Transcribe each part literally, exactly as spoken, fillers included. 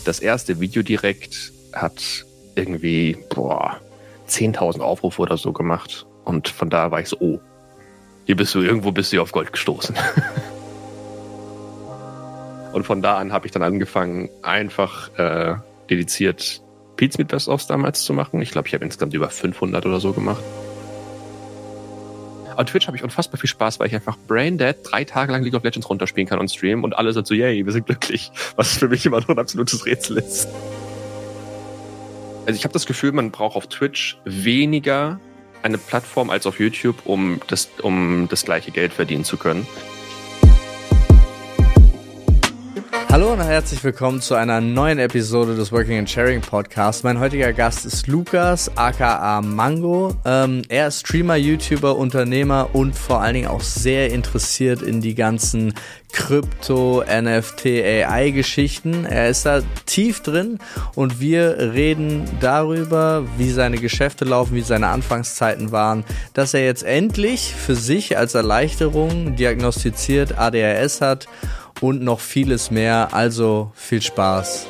das erste Video direkt hat irgendwie, boah, zehntausend Aufrufe oder so gemacht. Und von da war ich so, oh, hier bist du, irgendwo bist du auf Gold gestoßen. Und von da an habe ich dann angefangen, einfach äh, dediziert Beats mit Best-ofs damals zu machen. Ich glaube, ich habe insgesamt über fünfhundert oder so gemacht. Auf Twitch habe ich unfassbar viel Spaß, weil ich einfach Braindead drei Tage lang League of Legends runterspielen kann und streamen und alle sind so, yay, wir sind glücklich. Was für mich immer noch ein absolutes Rätsel ist. Also ich habe das Gefühl, man braucht auf Twitch weniger eine Plattform als auf YouTube, um das, um das gleiche Geld verdienen zu können. Hallo und herzlich willkommen zu einer neuen Episode des Working and Sharing Podcast. Mein heutiger Gast ist Lukas, aka Mango. Ähm, er ist Streamer, YouTuber, Unternehmer und vor allen Dingen auch sehr interessiert in die ganzen Krypto, N F T, A I-Geschichten. Er ist da tief drin und wir reden darüber, wie seine Geschäfte laufen, wie seine Anfangszeiten waren, dass er jetzt endlich für sich als Erleichterung diagnostiziert A D H S hat und noch vieles mehr. Also viel Spaß.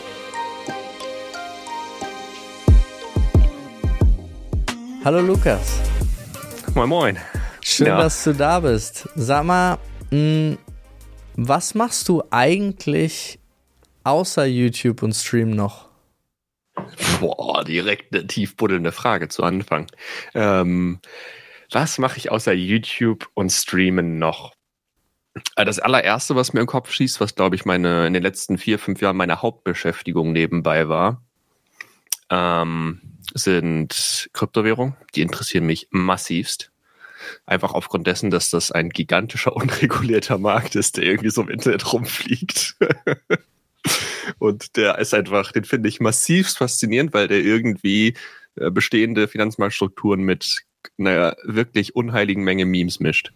Hallo Lukas. Moin moin. Schön, ja. dass du da bist. Sag mal, mh, was machst du eigentlich außer YouTube und Stream noch? Boah, direkt eine tief buddelnde Frage zu Anfang. Ähm, was mache ich außer YouTube und Streamen noch? Das allererste, was mir im Kopf schießt, was, glaube ich, meine in den letzten vier, fünf Jahren meine Hauptbeschäftigung nebenbei war, ähm, sind Kryptowährungen. Die interessieren mich massivst. Einfach aufgrund dessen, dass das ein gigantischer, unregulierter Markt ist, der irgendwie so im Internet rumfliegt. Und der ist einfach, den finde ich massivst faszinierend, weil der irgendwie bestehende Finanzmarktstrukturen mit einer wirklich unheiligen Menge Memes mischt.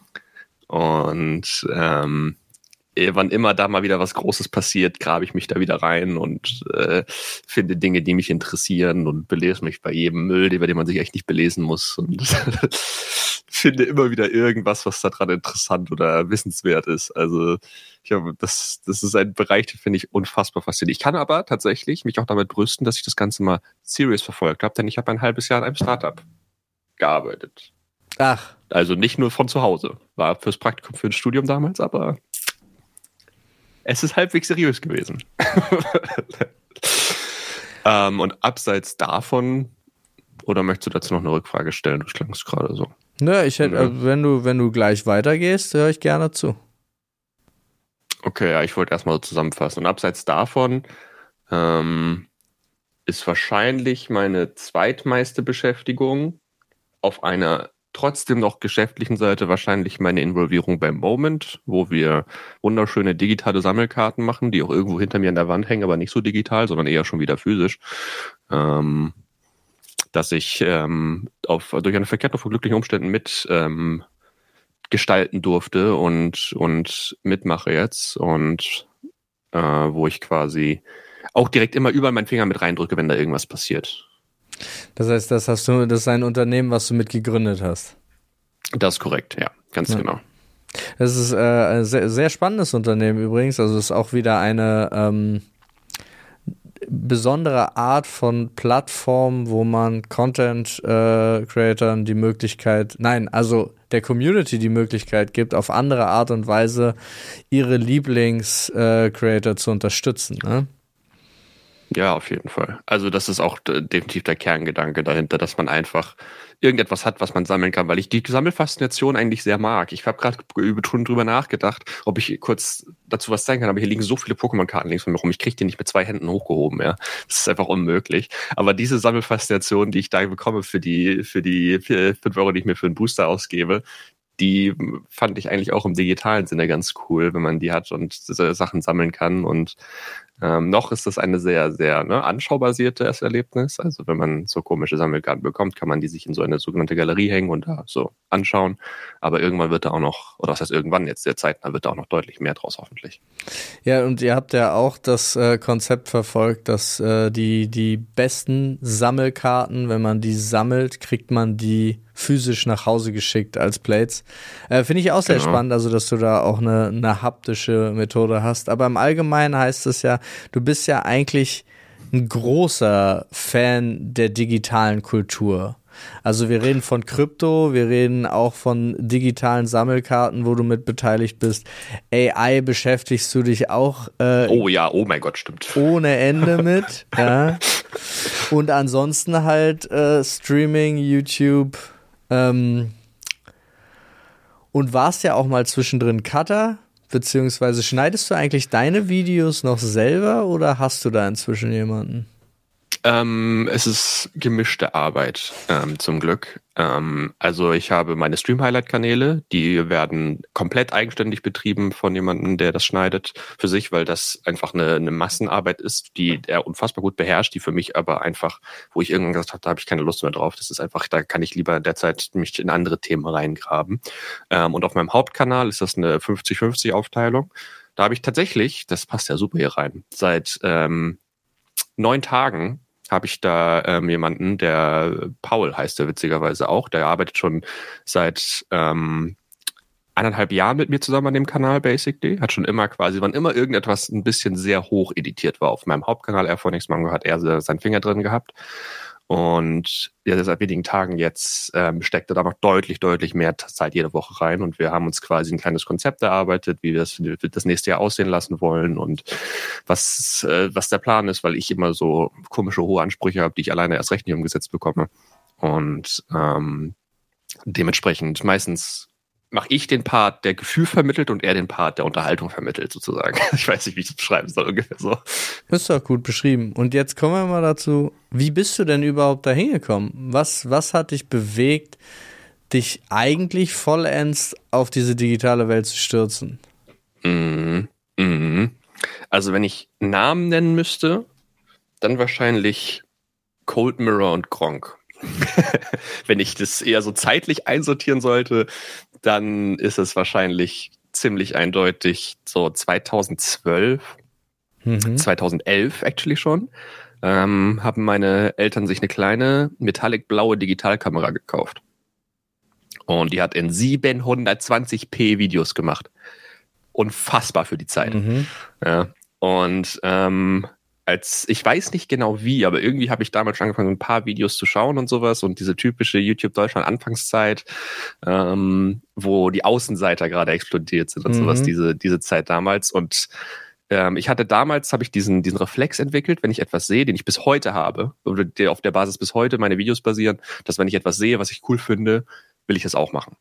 Und ähm, wann immer da mal wieder was Großes passiert, grabe ich mich da wieder rein und äh, finde Dinge, die mich interessieren und belese mich bei jedem Müll, über den man sich echt nicht belesen muss. Und finde immer wieder irgendwas, was da dran interessant oder wissenswert ist. Also ich habe das, das ist ein Bereich, den finde ich unfassbar faszinierend. Ich kann aber tatsächlich mich auch damit brüsten, dass ich das Ganze mal serious verfolgt habe, denn ich habe ein halbes Jahr in einem Startup gearbeitet. Ach. Also nicht nur von zu Hause. War fürs Praktikum, für ein Studium damals, aber es ist halbwegs seriös gewesen. ähm, und abseits davon, oder möchtest du dazu noch eine Rückfrage stellen? Du klangst gerade so. Nö, ich hätte, ja. wenn du, wenn du gleich weitergehst, höre ich gerne zu. Okay, ja, ich wollte erstmal so zusammenfassen. Und abseits davon ähm, ist wahrscheinlich meine zweitmeiste Beschäftigung auf einer trotzdem noch geschäftlichen Seite wahrscheinlich meine Involvierung beim Moment, wo wir wunderschöne digitale Sammelkarten machen, die auch irgendwo hinter mir an der Wand hängen, aber nicht so digital, sondern eher schon wieder physisch. Ähm, dass ich ähm, auf, durch eine Verkettung von glücklichen Umständen mit ähm, gestalten durfte und, und mitmache jetzt und äh, wo ich quasi auch direkt immer überall meinen Finger mit reindrücke, wenn da irgendwas passiert. Das heißt, das hast du, das ist ein Unternehmen, was du mit gegründet hast. Das ist korrekt, ja, ganz ja. genau. Das ist äh, ein sehr, sehr spannendes Unternehmen übrigens. Also es ist auch wieder eine ähm, besondere Art von Plattform, wo man Content-Creatern äh, die Möglichkeit, nein, also der Community die Möglichkeit gibt, auf andere Art und Weise ihre Lieblings-Creator äh, zu unterstützen, ne? Ja, auf jeden Fall. Also das ist auch d- definitiv der Kerngedanke dahinter, dass man einfach irgendetwas hat, was man sammeln kann, weil ich die Sammelfaszination eigentlich sehr mag. Ich habe gerade schon drüber nachgedacht, ob ich kurz dazu was zeigen kann, aber hier liegen so viele Pokémon-Karten links von mir rum, ich kriege die nicht mit zwei Händen hochgehoben, ja. Das ist einfach unmöglich. Aber diese Sammelfaszination, die ich da bekomme für die für die fünf Euro, die ich mir für einen Booster ausgebe, die fand ich eigentlich auch im digitalen Sinne ganz cool, wenn man die hat und Sachen sammeln kann. Und ähm, noch ist das eine sehr, sehr ne, anschaubasiertes Erlebnis. Also wenn man so komische Sammelkarten bekommt, kann man die sich in so eine sogenannte Galerie hängen und da so anschauen. Aber irgendwann wird da auch noch, oder was heißt irgendwann jetzt, sehr zeitnah, wird da auch noch deutlich mehr draus hoffentlich. Ja, und ihr habt ja auch das äh, Konzept verfolgt, dass äh, die, die besten Sammelkarten, wenn man die sammelt, kriegt man die physisch nach Hause geschickt als Plates. Äh, Finde ich auch sehr genau. spannend, also dass du da auch eine, eine haptische Methode hast. Aber im Allgemeinen heißt es ja, du bist ja eigentlich ein großer Fan der digitalen Kultur. Also wir reden von Krypto, wir reden auch von digitalen Sammelkarten, wo du mit beteiligt bist. A I beschäftigst du dich auch äh, oh ja, oh mein Gott, stimmt. ohne Ende mit. ja. Und ansonsten halt äh, Streaming, YouTube ähm, und warst ja auch mal zwischendrin Cutter, beziehungsweise schneidest du eigentlich deine Videos noch selber oder hast du da inzwischen jemanden? Ähm, es ist gemischte Arbeit, ähm, zum Glück. Ähm, also ich habe meine Stream-Highlight-Kanäle, die werden komplett eigenständig betrieben von jemandem, der das schneidet für sich, weil das einfach eine, eine Massenarbeit ist, die er unfassbar gut beherrscht, die für mich aber einfach, wo ich irgendwann gesagt habe, da habe ich keine Lust mehr drauf. Das ist einfach, da kann ich lieber derzeit mich in andere Themen reingraben. Ähm, und auf meinem Hauptkanal ist das eine fünfzig fünfzig Aufteilung. Da habe ich tatsächlich, das passt ja super hier rein, seit ähm, neun Tagen habe ich da ähm, jemanden, der Paul heißt der witzigerweise auch, der arbeitet schon seit ähm, eineinhalb Jahren mit mir zusammen an dem Kanal basically, hat schon immer quasi, wann immer irgendetwas ein bisschen sehr hoch editiert war auf meinem Hauptkanal Airphonics Mango, hat er seinen Finger drin gehabt. Und ja, seit wenigen Tagen jetzt ähm, steckt er da noch deutlich, deutlich mehr Zeit jede Woche rein. Und wir haben uns quasi ein kleines Konzept erarbeitet, wie wir das, das nächste Jahr aussehen lassen wollen und was, äh, was der Plan ist, weil ich immer so komische, hohe Ansprüche habe, die ich alleine erst recht nicht umgesetzt bekomme. Und ähm, dementsprechend meistens mache ich den Part, der Gefühl vermittelt und er den Part, der Unterhaltung vermittelt, sozusagen. Ich weiß nicht, wie ich das beschreiben soll, ungefähr so. Ist doch gut beschrieben. Und jetzt kommen wir mal dazu, wie bist du denn überhaupt da hingekommen? Was, was hat dich bewegt, dich eigentlich vollends auf diese digitale Welt zu stürzen? Mhm. Mhm. Also wenn ich Namen nennen müsste, dann wahrscheinlich Cold Mirror und Gronkh. Wenn ich das eher so zeitlich einsortieren sollte, dann ist es wahrscheinlich ziemlich eindeutig so zweitausendzwölf, mhm. zweitausendelf actually schon, ähm, haben meine Eltern sich eine kleine metallic-blaue Digitalkamera gekauft. Und die hat in siebenhundertzwanzig p Videos gemacht. Unfassbar für die Zeit. Mhm. Ja. Und ähm, als, ich weiß nicht genau wie, aber irgendwie habe ich damals schon angefangen, ein paar Videos zu schauen und sowas und diese typische YouTube-Deutschland-Anfangszeit, ähm, wo die Außenseiter gerade explodiert sind und mhm. sowas, diese, diese Zeit damals. Und ähm, ich hatte damals, habe ich diesen, diesen Reflex entwickelt, wenn ich etwas sehe, den ich bis heute habe, oder der auf der Basis bis heute meine Videos basieren, dass wenn ich etwas sehe, was ich cool finde, will ich das auch machen.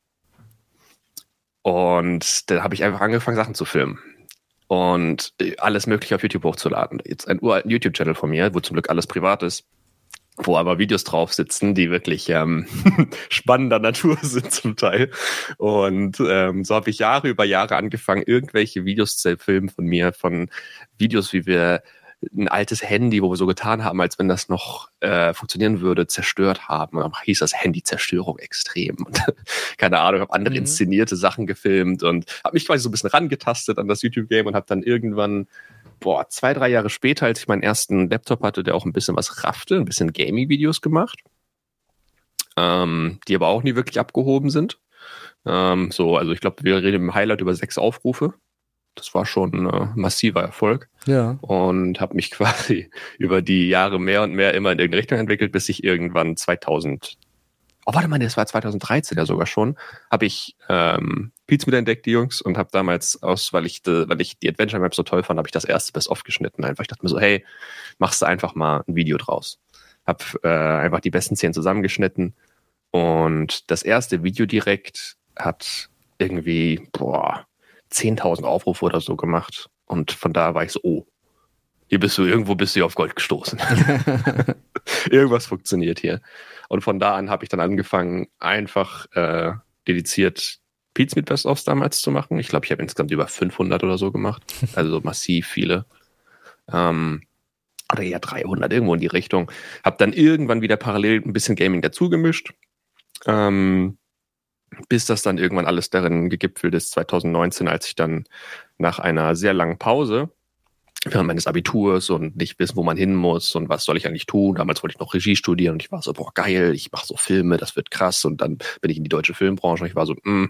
Und dann habe ich einfach angefangen, Sachen zu filmen. Und alles Mögliche auf YouTube hochzuladen. Jetzt ein uralten YouTube-Channel von mir, wo zum Glück alles privat ist, wo aber Videos drauf sitzen, die wirklich ähm, spannender Natur sind zum Teil. Und ähm, so habe ich Jahre über Jahre angefangen, irgendwelche Videos zu filmen von mir, von Videos, wie wir ein altes Handy, wo wir so getan haben, als wenn das noch äh, funktionieren würde, zerstört haben. Und dann hieß das Handy-Zerstörung extrem. Und keine Ahnung, habe andere mhm. inszenierte Sachen gefilmt und habe mich quasi so ein bisschen rangetastet an das YouTube-Game und habe dann irgendwann, boah, zwei, drei Jahre später, als ich meinen ersten Laptop hatte, der auch ein bisschen was raffte, ein bisschen Gaming-Videos gemacht, ähm, die aber auch nie wirklich abgehoben sind. Ähm, so, also ich glaube, wir reden im Highlight über sechs Aufrufe. Das war schon ein äh, massiver Erfolg. Ja. Und habe mich quasi über die Jahre mehr und mehr immer in irgendeine Richtung entwickelt, bis ich irgendwann zweitausend, oh warte mal, das war zweitausenddreizehn ja sogar schon, habe ich ähm, Beats mit entdeckt, die Jungs, und habe damals aus, weil ich, de, weil ich die Adventure Map so toll fand, habe ich das erste Best-of geschnitten. Einfach, ich dachte mir so, hey, machst du einfach mal ein Video draus. Hab äh, einfach die besten Szenen zusammengeschnitten und das erste Video direkt hat irgendwie, boah, zehntausend Aufrufe oder so gemacht. Und von da war ich so, oh, hier bist du, irgendwo bist du auf Gold gestoßen. Irgendwas funktioniert hier. Und von da an habe ich dann angefangen, einfach äh, dediziert Beats mit Best-ofs damals zu machen. Ich glaube, ich habe insgesamt über fünfhundert oder so gemacht. Also massiv viele. Ähm, oder eher dreihundert, irgendwo in die Richtung. Habe dann irgendwann wieder parallel ein bisschen Gaming dazu gemischt. Ähm, bis das dann irgendwann alles darin gegipfelt ist, zwanzig neunzehn, als ich dann nach einer sehr langen Pause während meines Abiturs und nicht wissen, wo man hin muss und was soll ich eigentlich tun. Damals wollte ich noch Regie studieren und ich war so, boah, geil, ich mache so Filme, das wird krass. Und dann bin ich in die deutsche Filmbranche und ich war so, mh.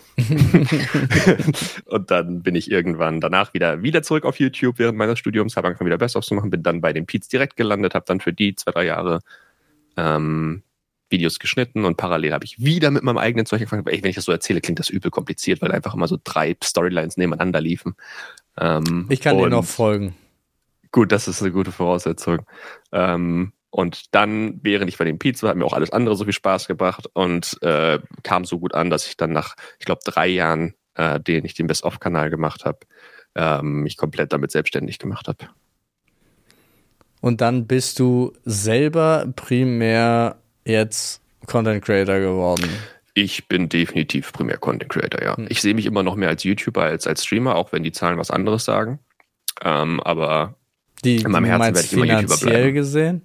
Und dann bin ich irgendwann danach wieder wieder zurück auf YouTube während meines Studiums, habe angefangen wieder Best-ofs zu machen, bin dann bei den Peets direkt gelandet, habe dann für die zwei, drei Jahre ähm, Videos geschnitten und parallel habe ich wieder mit meinem eigenen Zeug angefangen. Wenn ich das so erzähle, klingt das übel kompliziert, weil einfach immer so drei Storylines nebeneinander liefen. Ähm, ich kann dir noch folgen. Gut, das ist eine gute Voraussetzung. Ähm, und dann, während ich bei den Peets war, hat mir auch alles andere so viel Spaß gebracht und äh, kam so gut an, dass ich dann nach, ich glaube, drei Jahren, äh, den ich den Best-of-Kanal gemacht habe, ähm, mich komplett damit selbstständig gemacht habe. Und dann bist du selber primär jetzt Content Creator geworden? Ich bin definitiv primär Content Creator, ja. Hm. Ich sehe mich immer noch mehr als YouTuber als als Streamer, auch wenn die Zahlen was anderes sagen. Ähm, aber die, in meinem Herzen werde ich immer YouTuber bleiben. Finanziell gesehen?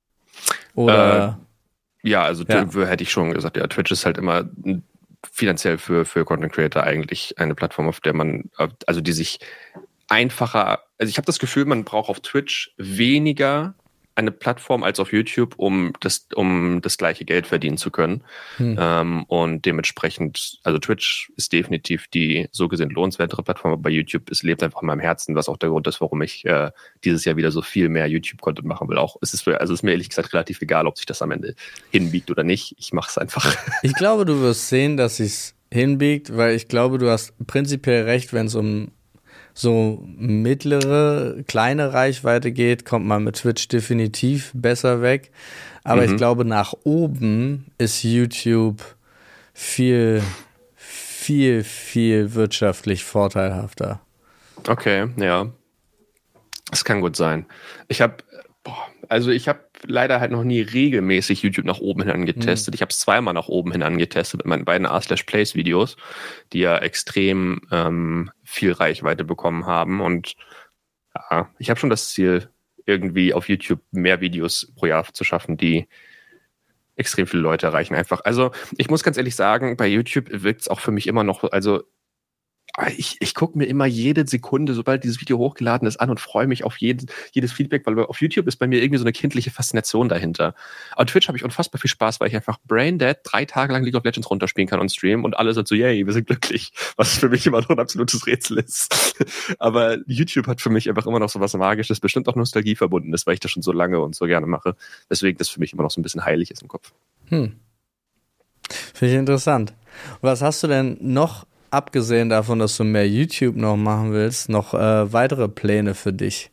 Oder? Äh, ja, also ja. hätte ich schon gesagt, ja, Twitch ist halt immer finanziell für, für Content Creator eigentlich eine Plattform, auf der man, also die sich einfacher, also ich habe das Gefühl, man braucht auf Twitch weniger eine Plattform als auf YouTube, um das, um das gleiche Geld verdienen zu können. Hm. Ähm, und dementsprechend, also Twitch ist definitiv die so gesehen lohnenswertere Plattform, aber bei YouTube, es lebt einfach in meinem Herzen, was auch der Grund ist, warum ich äh, dieses Jahr wieder so viel mehr YouTube-Content machen will. Auch es ist, für, also es ist mir ehrlich gesagt relativ egal, ob sich das am Ende hinbiegt oder nicht. Ich mache es einfach. Ich glaube, du wirst sehen, dass sich's hinbiegt, weil ich glaube, du hast prinzipiell recht, wenn es um so mittlere, kleine Reichweite geht, kommt man mit Twitch definitiv besser weg. Aber mhm. ich glaube, nach oben ist YouTube viel, viel, viel wirtschaftlich vorteilhafter. Okay, ja. Das kann gut sein. Ich habe, also ich habe leider halt noch nie regelmäßig YouTube nach oben hin angetestet. Mhm. Ich habe es zweimal nach oben hin angetestet mit meinen beiden R/Plays-Videos, die ja extrem ähm, viel Reichweite bekommen haben. Und ja, ich habe schon das Ziel, irgendwie auf YouTube mehr Videos pro Jahr zu schaffen, die extrem viele Leute erreichen einfach. Also ich muss ganz ehrlich sagen, bei YouTube wirkt es auch für mich immer noch, also Ich, ich gucke mir immer jede Sekunde, sobald dieses Video hochgeladen ist, an und freue mich auf jeden, jedes Feedback, weil auf YouTube ist bei mir irgendwie so eine kindliche Faszination dahinter. Auf Twitch habe ich unfassbar viel Spaß, weil ich einfach Braindead drei Tage lang League of Legends runterspielen kann und streamen und alle sind so, yay, wir sind glücklich, was für mich immer noch ein absolutes Rätsel ist. Aber YouTube hat für mich einfach immer noch so was Magisches, bestimmt auch Nostalgie verbunden ist, weil ich das schon so lange und so gerne mache. Deswegen das für mich immer noch so ein bisschen heilig ist im Kopf. Hm. Finde ich interessant. Und was hast du denn noch, abgesehen davon, dass du mehr YouTube noch machen willst, noch äh, weitere Pläne für dich?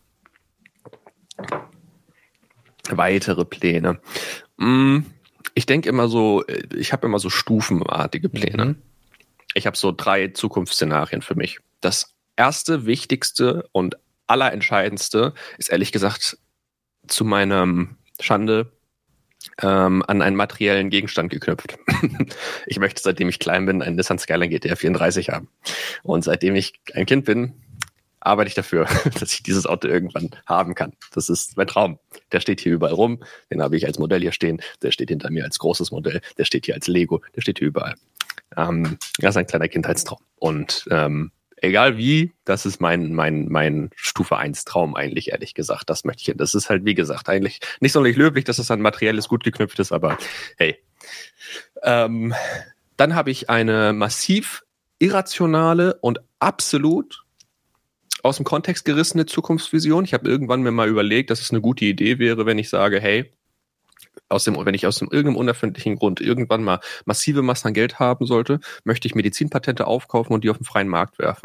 Weitere Pläne. Ich denke immer so, ich habe immer so stufenartige Pläne. Mhm. Ich habe so drei Zukunftsszenarien für mich. Das erste, wichtigste und allerentscheidendste ist ehrlich gesagt zu meiner Schande Ähm, an einen materiellen Gegenstand geknüpft. Ich möchte, seitdem ich klein bin, einen Nissan Skyline G T R vierunddreißig haben. Und seitdem ich ein Kind bin, arbeite ich dafür, dass ich dieses Auto irgendwann haben kann. Das ist mein Traum. Der steht hier überall rum. Den habe ich als Modell hier stehen. Der steht hinter mir als großes Modell. Der steht hier als Lego. Der steht hier überall. Ähm, das ist ein kleiner Kindheitstraum. Und ähm, egal wie, das ist mein, mein, mein Stufe eins Traum eigentlich, ehrlich gesagt. Das möchte ich. Das ist halt, wie gesagt, eigentlich nicht sonderlich löblich, dass es an materielles gut geknüpft ist, aber hey. Ähm, dann habe ich eine massiv irrationale und absolut aus dem Kontext gerissene Zukunftsvision. Ich habe irgendwann mir mal überlegt, dass es eine gute Idee wäre, wenn ich sage, hey, aus dem, wenn ich aus dem irgendeinem unerfindlichen Grund irgendwann mal massive Massen an Geld haben sollte, möchte ich Medizinpatente aufkaufen und die auf den freien Markt werfen.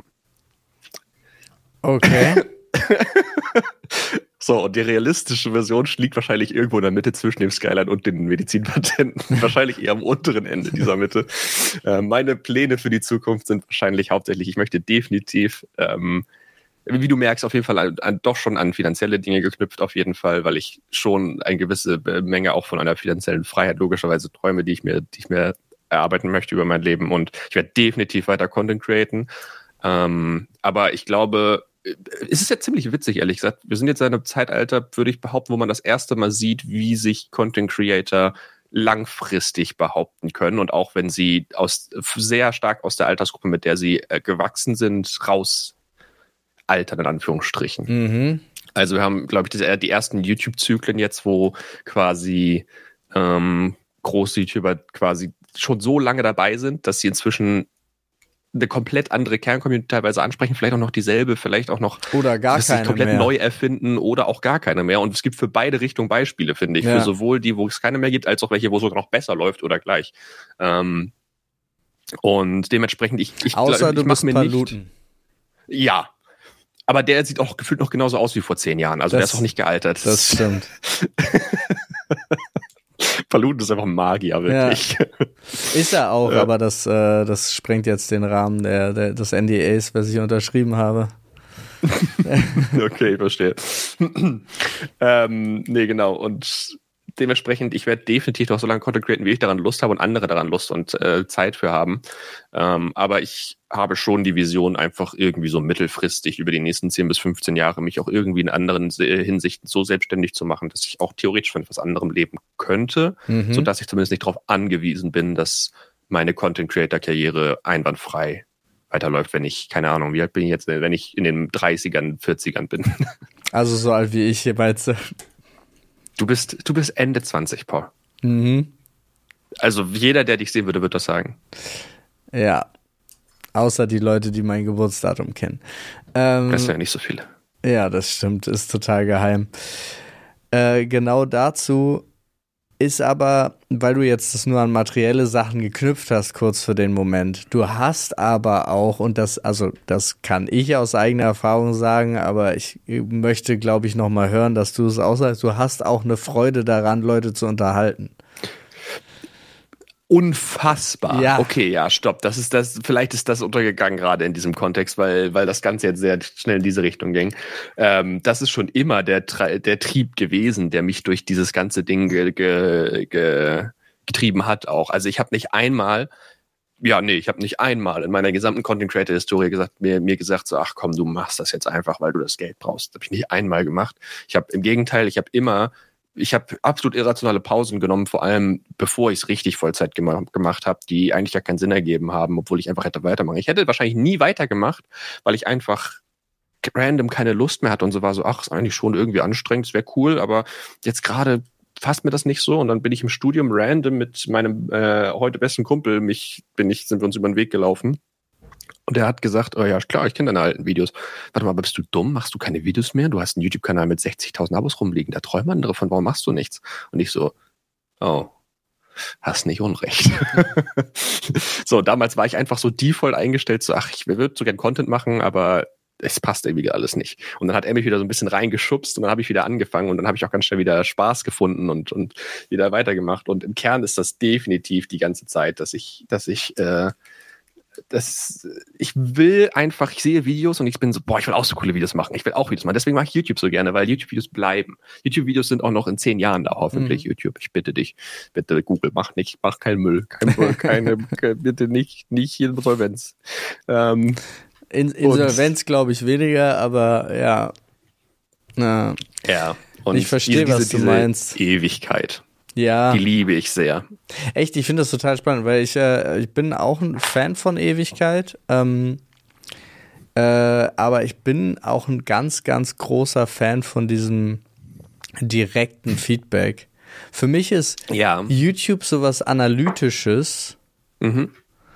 Okay. So, und die realistische Version liegt wahrscheinlich irgendwo in der Mitte zwischen dem Skyline und den Medizinpatenten. Wahrscheinlich eher am unteren Ende dieser Mitte. Äh, meine Pläne für die Zukunft sind wahrscheinlich hauptsächlich, ich möchte definitiv ähm, wie du merkst, auf jeden Fall an, an, doch schon an finanzielle Dinge geknüpft, auf jeden Fall, weil ich schon eine gewisse Menge auch von einer finanziellen Freiheit logischerweise träume, die ich mir, die ich mir erarbeiten möchte über mein Leben. Und ich werde definitiv weiter Content createn. Ähm, aber ich glaube, es ist ja ziemlich witzig, ehrlich gesagt. Wir sind jetzt in einem Zeitalter, würde ich behaupten, wo man das erste Mal sieht, wie sich Content Creator langfristig behaupten können. Und auch wenn sie aus sehr stark aus der Altersgruppe, mit der sie äh, gewachsen sind, raus altern, in Anführungsstrichen. Mhm. Also wir haben, glaube ich, die, die ersten YouTube-Zyklen jetzt, wo quasi ähm, große YouTuber quasi schon so lange dabei sind, dass sie inzwischen eine komplett andere Kerncommunity teilweise ansprechen, vielleicht auch noch dieselbe, vielleicht auch noch oder gar sich keine komplett mehr. neu erfinden oder auch gar keine mehr. Und es gibt für beide Richtungen Beispiele, finde ich. Ja. Für sowohl die, wo es keine mehr gibt, als auch welche, wo es sogar noch besser läuft oder gleich. Ähm, und dementsprechend, ich, ich Außer ich du mach bist mir Paluten. nicht. Ja. Aber der sieht auch gefühlt noch genauso aus wie vor zehn Jahren. Also Das- der ist auch nicht gealtert. Das stimmt. Paluten ist einfach ein Magier, wirklich. Ja. Ist er auch, Ja. aber das, äh, das sprengt jetzt den Rahmen der, der, des N D As, was ich unterschrieben habe. Okay, ich verstehe. ähm, nee, genau. Und dementsprechend, ich werde definitiv noch so lange Content createn, wie ich daran Lust habe und andere daran Lust und äh, Zeit für haben. Ähm, aber ich habe schon die Vision, einfach irgendwie so mittelfristig über die nächsten zehn bis fünfzehn Jahre mich auch irgendwie in anderen äh, Hinsichten so selbstständig zu machen, dass ich auch theoretisch von etwas anderem leben könnte, Mhm. sodass ich zumindest nicht darauf angewiesen bin, dass meine Content-Creator-Karriere einwandfrei weiterläuft, wenn ich, keine Ahnung, wie alt bin ich jetzt, wenn ich in den dreißigern, vierzigern bin. Also so alt wie ich hier meinst du. Du bist, du bist Ende zwanzig, Paul. Mhm. Also jeder, der dich sehen würde, wird das sagen. Ja. Außer die Leute, die mein Geburtsdatum kennen. Ähm, Das sind ja nicht so viele. Ja, das stimmt, ist total geheim. Äh, genau dazu ist aber, weil du jetzt das nur an materielle Sachen geknüpft hast, kurz für den Moment. Du hast aber auch, und das, also das kann ich aus eigener Erfahrung sagen, aber ich möchte, glaube ich, nochmal hören, dass du es auch sagst, du hast auch eine Freude daran, Leute zu unterhalten. Unfassbar. Ja. Okay, ja, stopp. Das ist das, vielleicht ist das untergegangen gerade in diesem Kontext, weil, weil das Ganze jetzt sehr schnell in diese Richtung ging. Ähm, das ist schon immer der, der Trieb gewesen, der mich durch dieses ganze Ding ge, ge, ge, getrieben hat auch. Also ich habe nicht einmal, ja, nee, ich habe nicht einmal in meiner gesamten Content Creator Historie gesagt, mir, mir gesagt so, ach komm, du machst das jetzt einfach, weil du das Geld brauchst. Das habe ich nicht einmal gemacht. Ich habe im Gegenteil, ich habe immer Ich habe absolut irrationale Pausen genommen, vor allem bevor ich es richtig Vollzeit gem- gemacht habe, die eigentlich ja keinen Sinn ergeben haben, obwohl ich einfach hätte weitermachen. Ich hätte wahrscheinlich nie weitergemacht, weil ich einfach random keine Lust mehr hatte und so war so, ach, ist eigentlich schon irgendwie anstrengend, es wäre cool, aber jetzt gerade fasst mir das nicht so und dann bin ich im Studium random mit meinem äh, heute besten Kumpel, mich bin ich, sind wir uns über den Weg gelaufen. Und er hat gesagt, oh ja, klar, ich kenne deine alten Videos. Warte mal, aber bist du dumm? Machst du keine Videos mehr? Du hast einen YouTube-Kanal mit sechzigtausend Abos rumliegen. Da träumen andere von, warum machst du nichts? Und ich so, oh, hast nicht Unrecht. So, damals war ich einfach so default eingestellt, so, ach, ich würde so gern Content machen, aber es passt irgendwie alles nicht. Und dann hat er mich wieder so ein bisschen reingeschubst und dann habe ich wieder angefangen und dann habe ich auch ganz schnell wieder Spaß gefunden und, und wieder weitergemacht. Und im Kern ist das definitiv die ganze Zeit, dass ich, dass ich, äh, Das, ich will einfach, ich sehe Videos und ich bin so, boah, ich will auch so coole Videos machen. Ich will auch Videos machen. Deswegen mache ich YouTube so gerne, weil YouTube-Videos bleiben. YouTube-Videos sind auch noch in zehn Jahren da, hoffentlich. Mhm. YouTube, ich bitte dich. Bitte, Google, mach nicht, mach keinen Müll. Kein Müll, keine, bitte nicht, nicht Insolvenz. Ähm, in, Insolvenz glaube ich weniger, aber ja. Na, ja. Und ich verstehe, diese, was du diese meinst. Ewigkeit. Ja. Die liebe ich sehr. Echt, ich finde das total spannend, weil ich, äh, ich bin auch ein Fan von Ewigkeit, ähm, äh, aber ich bin auch ein ganz, ganz großer Fan von diesem direkten Feedback. Für mich ist ja. YouTube sowas Analytisches mhm.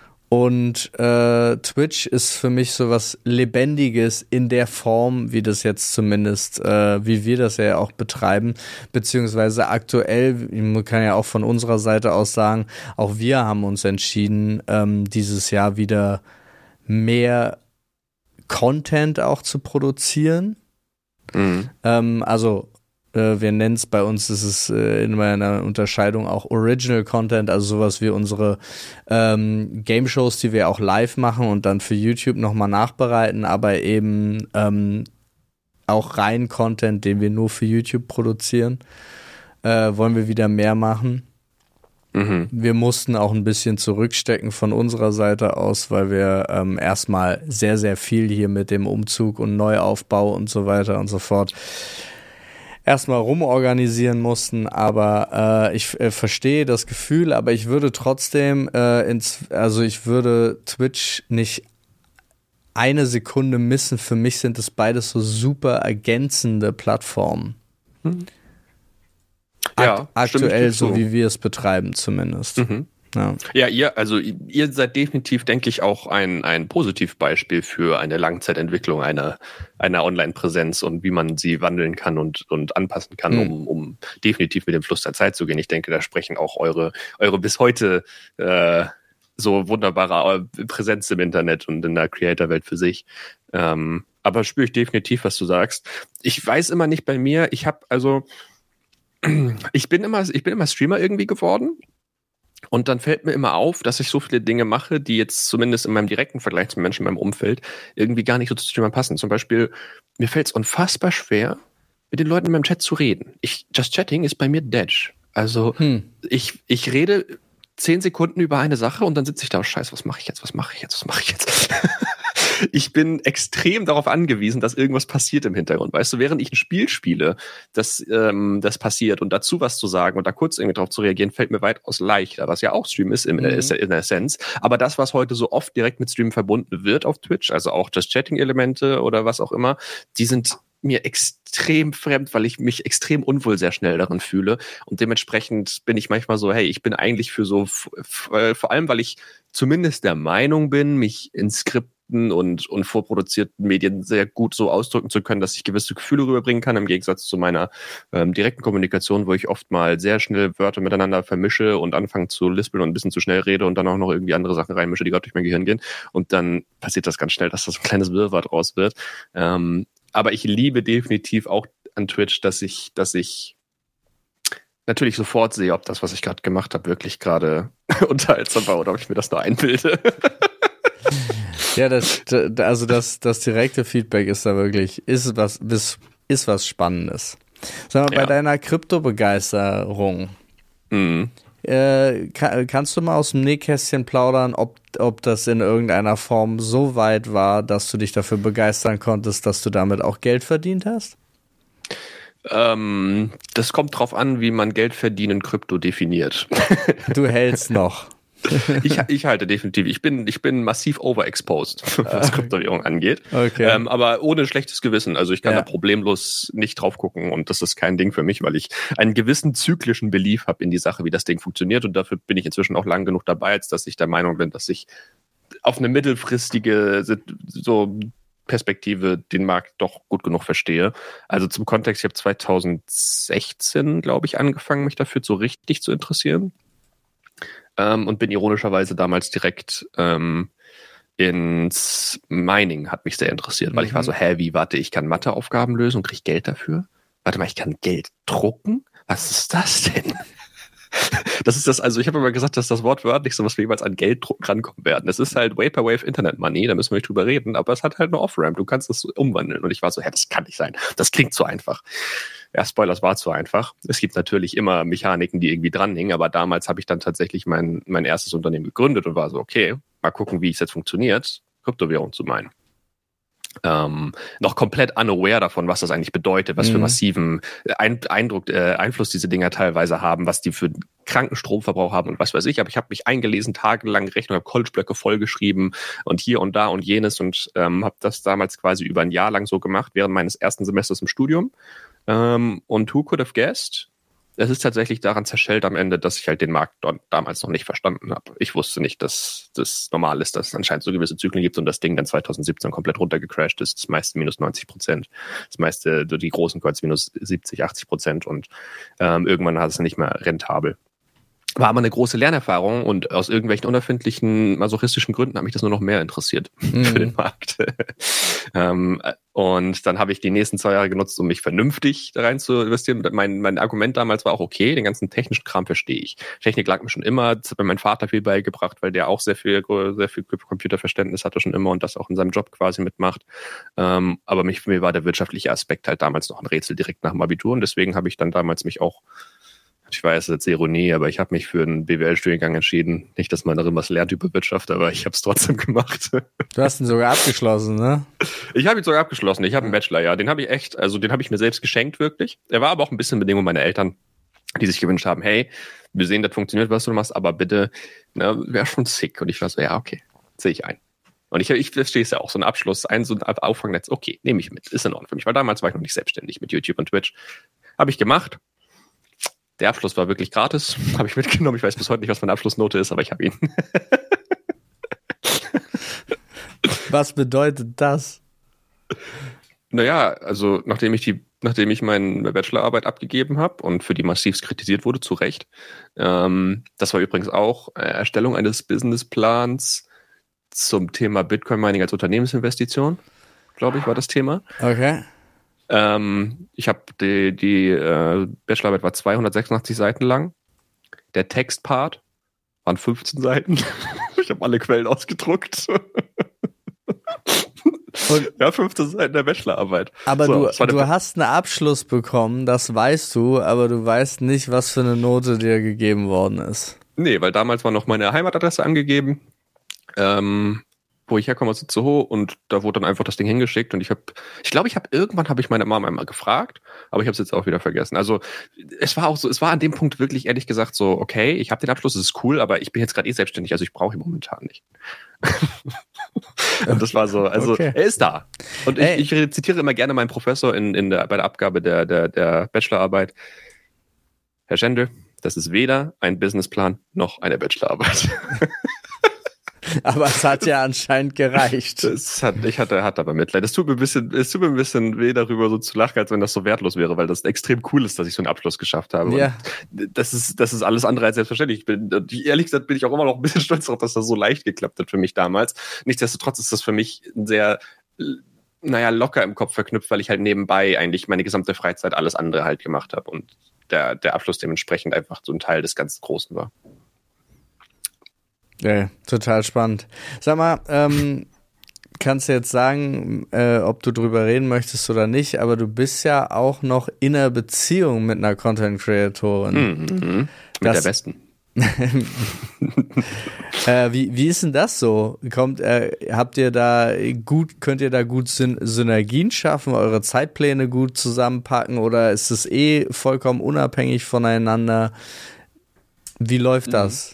und äh, Twitch ist für mich sowas Lebendiges in der Form, wie das jetzt zumindest, äh, wie wir das ja auch betreiben, beziehungsweise aktuell, man kann ja auch von unserer Seite aus sagen, auch wir haben uns entschieden, ähm, dieses Jahr wieder mehr Content auch zu produzieren. Mhm. Ähm, also wir nennen es bei uns, das ist äh, in meiner Unterscheidung auch Original Content, also sowas wie unsere ähm, Game-Shows, die wir auch live machen und dann für YouTube nochmal nachbereiten, aber eben ähm, auch rein Content, den wir nur für YouTube produzieren, äh, wollen wir wieder mehr machen. Mhm. Wir mussten auch ein bisschen zurückstecken von unserer Seite aus, weil wir ähm, erstmal sehr, sehr viel hier mit dem Umzug und Neuaufbau und so weiter und so fort erstmal rumorganisieren mussten, aber äh, ich äh, verstehe das Gefühl, aber ich würde trotzdem äh, ins, also ich würde Twitch nicht eine Sekunde missen. Für mich sind es beides so super ergänzende Plattformen. Hm. Ja, Akt- aktuell, so wie wir es betreiben zumindest. Mhm. Ja. ja, ihr, also ihr seid definitiv, denke ich, auch ein, ein Positivbeispiel für eine Langzeitentwicklung einer, einer Online-Präsenz und wie man sie wandeln kann und, und anpassen kann, mhm. um, um definitiv mit dem Fluss der Zeit zu gehen. Ich denke, da sprechen auch eure, eure bis heute äh, so wunderbare Präsenz im Internet und in der Creator-Welt für sich. Ähm, aber spüre ich definitiv, was du sagst. Ich weiß immer nicht bei mir, ich habe also ich bin immer, ich bin immer Streamer irgendwie geworden. Und dann fällt mir immer auf, dass ich so viele Dinge mache, die jetzt zumindest in meinem direkten Vergleich zu Menschen in meinem Umfeld irgendwie gar nicht so zu Streamern passen. Zum Beispiel, mir fällt es unfassbar schwer, mit den Leuten in meinem Chat zu reden. Ich, Just Chatting ist bei mir dead. Also hm. ich, ich rede zehn Sekunden über eine Sache und dann sitze ich da, oh Scheiße, was mache ich jetzt, was mache ich jetzt, was mache ich jetzt? Ich bin extrem darauf angewiesen, dass irgendwas passiert im Hintergrund. Weißt du, während ich ein Spiel spiele, dass ähm, das passiert und dazu was zu sagen und da kurz irgendwie drauf zu reagieren, fällt mir weitaus leichter, was ja auch Stream ist, im, mhm. ist in der Essenz. Aber das, was heute so oft direkt mit Stream verbunden wird auf Twitch, also auch Just Chatting-Elemente oder was auch immer, die sind mir extrem fremd, weil ich mich extrem unwohl sehr schnell darin fühle und dementsprechend bin ich manchmal so, hey, ich bin eigentlich für so, f- f- vor allem, weil ich zumindest der Meinung bin, mich in Skripten und, und vorproduzierten Medien sehr gut so ausdrücken zu können, dass ich gewisse Gefühle rüberbringen kann, im Gegensatz zu meiner ähm, direkten Kommunikation, wo ich oft mal sehr schnell Wörter miteinander vermische und anfange zu lispeln und ein bisschen zu schnell rede und dann auch noch irgendwie andere Sachen reinmische, die gerade durch mein Gehirn gehen und dann passiert das ganz schnell, dass das ein kleines Wirrwarr draus wird. Ähm, aber ich liebe definitiv auch an Twitch, dass ich, dass ich natürlich sofort sehe, ob das, was ich gerade gemacht habe, wirklich gerade unterhaltsam war oder ob ich mir das nur einbilde. Ja, das, also das, das direkte Feedback ist da wirklich, ist was, ist, ist was Spannendes. Sag mal, bei ja. deiner Krypto-Begeisterung, mhm. äh, kann, kannst du mal aus dem Nähkästchen plaudern, ob, ob das in irgendeiner Form so weit war, dass du dich dafür begeistern konntest, dass du damit auch Geld verdient hast? Ähm, das kommt drauf an, wie man Geld verdienen Krypto definiert. Du hältst noch. ich, ich halte definitiv. Ich bin, ich bin massiv overexposed, was Kryptowährung angeht. Okay. Ähm, aber ohne schlechtes Gewissen. Also ich kann ja. da problemlos nicht drauf gucken und das ist kein Ding für mich, weil ich einen gewissen zyklischen Belief habe in die Sache, wie das Ding funktioniert und dafür bin ich inzwischen auch lang genug dabei, als dass ich der Meinung bin, dass ich auf eine mittelfristige so Perspektive den Markt doch gut genug verstehe. Also zum Kontext, ich habe zweitausendsechzehn, glaube ich, angefangen, mich dafür so richtig zu interessieren. Ähm, und bin ironischerweise damals direkt ähm, ins Mining, hat mich sehr interessiert, weil mhm. ich war so, hä, wie, warte, ich kann Matheaufgaben lösen und kriege Geld dafür? Warte mal, ich kann Geld drucken? Was ist das denn? Das ist das, also ich habe immer gesagt, dass das wortwörtlich so was wir jeweils an Gelddruck rankommen werden. Es ist halt Vaporwave Internet Money, da müssen wir nicht drüber reden, aber es hat halt eine Off-Ramp, du kannst das umwandeln. Und ich war so, hä, das kann nicht sein. Das klingt zu einfach. Ja, Spoiler, es war zu einfach. Es gibt natürlich immer Mechaniken, die irgendwie dranhängen, aber damals habe ich dann tatsächlich mein, mein erstes Unternehmen gegründet und war so, okay, mal gucken, wie es jetzt funktioniert, Kryptowährung zu meinen. Ähm, noch komplett unaware davon, was das eigentlich bedeutet, was mhm. für massiven Ein- Eindruck, äh, Einfluss diese Dinger teilweise haben, was die für kranken Stromverbrauch haben und was weiß ich. Aber ich habe mich eingelesen, tagelang gerechnet, habe College-Blöcke vollgeschrieben und hier und da und jenes und ähm, habe das damals quasi über ein Jahr lang so gemacht, während meines ersten Semesters im Studium. Ähm, und who could have guessed? Es ist tatsächlich daran zerschellt am Ende, dass ich halt den Markt dort damals noch nicht verstanden habe. Ich wusste nicht, dass das normal ist, dass es anscheinend so gewisse Zyklen gibt und das Ding dann zweitausendsiebzehn komplett runtergecrashed ist. Das meiste minus neunzig Prozent. Das meiste, die großen Coins minus siebzig, achtzig Prozent und ähm, irgendwann hat es nicht mehr rentabel. War aber eine große Lernerfahrung und aus irgendwelchen unerfindlichen, masochistischen Gründen hat mich das nur noch mehr interessiert mhm. für den Markt. ähm, und dann habe ich die nächsten zwei Jahre genutzt, um mich vernünftig da rein zu investieren. Mein, mein Argument damals war auch, okay, den ganzen technischen Kram verstehe ich. Technik lag mir schon immer, das hat mir mein Vater viel beigebracht, weil der auch sehr viel, sehr viel Computerverständnis hatte schon immer und das auch in seinem Job quasi mitmacht. Ähm, aber mich, für mich war der wirtschaftliche Aspekt halt damals noch ein Rätsel direkt nach dem Abitur und deswegen habe ich dann damals mich auch Ich weiß, das ist Ironie, aber ich habe mich für einen B W L-Studiengang entschieden. Nicht, dass man darin was lernt über Wirtschaft, aber ich habe es trotzdem gemacht. Du hast ihn sogar abgeschlossen, ne? Ich habe ihn sogar abgeschlossen. Ich habe einen Bachelor, ja. Den habe ich echt, also den habe ich mir selbst geschenkt, wirklich. Er war aber auch ein bisschen Bedingung meiner Eltern, die sich gewünscht haben, hey, wir sehen, das funktioniert, was du machst, aber bitte, ne, wäre schon sick. Und ich war so, ja, okay, sehe ich ein. Und ich, ich verstehe es ja auch, so ein Abschluss, ein so ein Auffangnetz, okay, nehme ich mit, ist in Ordnung für mich. Weil damals war ich noch nicht selbstständig mit YouTube und Twitch. Habe ich gemacht. Der Abschluss war wirklich gratis, habe ich mitgenommen. Ich weiß bis heute nicht, was meine Abschlussnote ist, aber ich habe ihn. Was bedeutet das? Naja, also nachdem ich die, nachdem ich meine Bachelorarbeit abgegeben habe und für die massivst kritisiert wurde, zu Recht. Ähm, das war übrigens auch äh, Erstellung eines Businessplans zum Thema Bitcoin-Mining als Unternehmensinvestition, glaube ich, war das Thema. Okay. Ähm, ich habe die, die äh, Bachelorarbeit war zweihundertsechsundachtzig Seiten lang. Der Textpart waren fünfzehn Seiten. Ich habe alle Quellen ausgedruckt. Und ja, fünfzehn Seiten der Bachelorarbeit. Aber so, du, du hast einen Abschluss bekommen, das weißt du, aber du weißt nicht, was für eine Note dir gegeben worden ist. Nee, weil damals war noch meine Heimatadresse angegeben, ähm, wo ich herkomme aus Itzehoe, und da wurde dann einfach das Ding hingeschickt, und ich habe, ich glaube, ich habe irgendwann habe ich meine Mama einmal gefragt, aber ich habe es jetzt auch wieder vergessen. Also es war auch so, es war an dem Punkt wirklich ehrlich gesagt so, okay, ich habe den Abschluss, das ist cool, aber ich bin jetzt gerade eh selbstständig, also ich brauche ihn momentan nicht. Und das war so, also okay. Er ist da. Und ich, ich zitiere immer gerne meinen Professor in, in der, bei der Abgabe der, der, der Bachelorarbeit. Herr Schendl, das ist weder ein Businessplan noch eine Bachelorarbeit. Aber es hat ja anscheinend gereicht. Es hat, ich hatte, hatte aber Mitleid. Es tut mir ein bisschen, es tut mir ein bisschen weh, darüber so zu lachen, als wenn das so wertlos wäre, weil das extrem cool ist, dass ich so einen Abschluss geschafft habe. Ja. Und das ist, das ist alles andere als selbstverständlich. Ich bin, ehrlich gesagt, bin ich auch immer noch ein bisschen stolz darauf, dass das so leicht geklappt hat für mich damals. Nichtsdestotrotz ist das für mich ein sehr, naja, locker im Kopf verknüpft, weil ich halt nebenbei eigentlich meine gesamte Freizeit alles andere halt gemacht habe und der, der Abschluss dementsprechend einfach so ein Teil des ganz Großen war. Ja, total spannend. Sag mal, ähm, kannst du jetzt sagen, äh, ob du drüber reden möchtest oder nicht, aber du bist ja auch noch in einer Beziehung mit einer Content-Creatorin. Mhm, mit das, der besten. äh, wie, wie ist denn das so? Kommt, äh, habt ihr da gut, könnt ihr da gut Syn- Synergien schaffen, eure Zeitpläne gut zusammenpacken, oder ist es eh vollkommen unabhängig voneinander? Wie läuft das?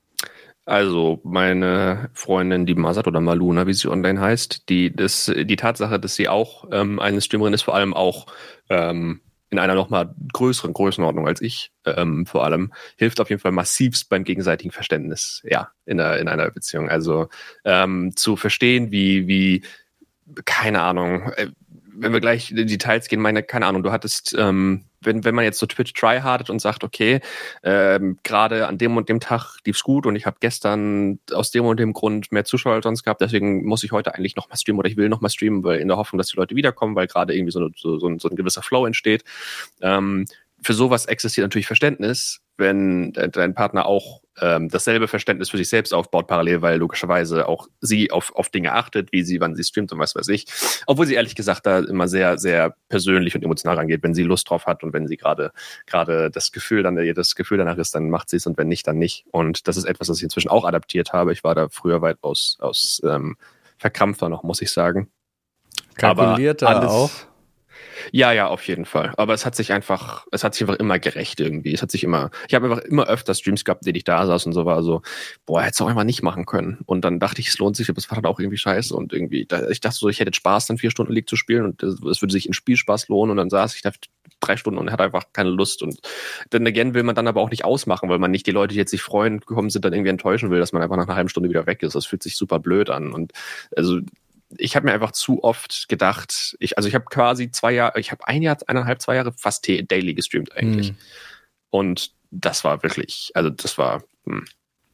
Also meine Freundin, die Masat oder Maluna, wie sie online heißt, die das, die Tatsache, dass sie auch ähm, eine Streamerin ist, vor allem auch ähm, in einer nochmal größeren Größenordnung als ich, ähm, vor allem, hilft auf jeden Fall massivst beim gegenseitigen Verständnis, ja, in einer, in einer Beziehung. Also ähm, zu verstehen, wie, wie, keine Ahnung, äh, wenn wir gleich in die Details gehen, meine, keine Ahnung, du hattest, ähm, wenn, wenn man jetzt so Twitch tryhardet und sagt, okay, ähm, gerade an dem und dem Tag lief's gut und ich habe gestern aus dem und dem Grund mehr Zuschauer als sonst gehabt, deswegen muss ich heute eigentlich nochmal streamen oder ich will nochmal streamen, weil in der Hoffnung, dass die Leute wiederkommen, weil gerade irgendwie so, so, so, ein, so ein gewisser Flow entsteht. Ähm, für sowas existiert natürlich Verständnis, wenn dein Partner auch ähm, dasselbe Verständnis für sich selbst aufbaut, parallel, weil logischerweise auch sie auf, auf Dinge achtet, wie sie, wann sie streamt und was weiß ich. Obwohl sie ehrlich gesagt da immer sehr, sehr persönlich und emotional rangeht, wenn sie Lust drauf hat und wenn sie gerade gerade das Gefühl dann, ihr das Gefühl danach ist, dann macht sie es und wenn nicht, dann nicht. Und das ist etwas, was ich inzwischen auch adaptiert habe. Ich war da früher weit aus, aus ähm, verkrampfter noch, muss ich sagen. Kalkulierter Aber alles, auch? Ja, ja, auf jeden Fall. Aber es hat sich einfach, es hat sich einfach immer gerecht irgendwie. Es hat sich immer, ich habe einfach immer öfter Streams gehabt, in denen ich da saß und so war so, boah, hättest du auch einfach nicht machen können. Und dann dachte ich, es lohnt sich, aber es war dann auch irgendwie scheiße und irgendwie, da, ich dachte so, ich hätte Spaß, dann vier Stunden League zu spielen und es würde sich in Spielspaß lohnen und dann saß ich da drei Stunden und hatte einfach keine Lust und dann again will man dann aber auch nicht ausmachen, weil man nicht die Leute, die jetzt sich freuen gekommen sind, dann irgendwie enttäuschen will, dass man einfach nach einer halben Stunde wieder weg ist. Das fühlt sich super blöd an und also ich habe mir einfach zu oft gedacht, ich, also ich habe quasi zwei Jahre, ich habe ein Jahr, eineinhalb, zwei Jahre fast daily gestreamt eigentlich. Hm. Und das war wirklich, also das war, hm.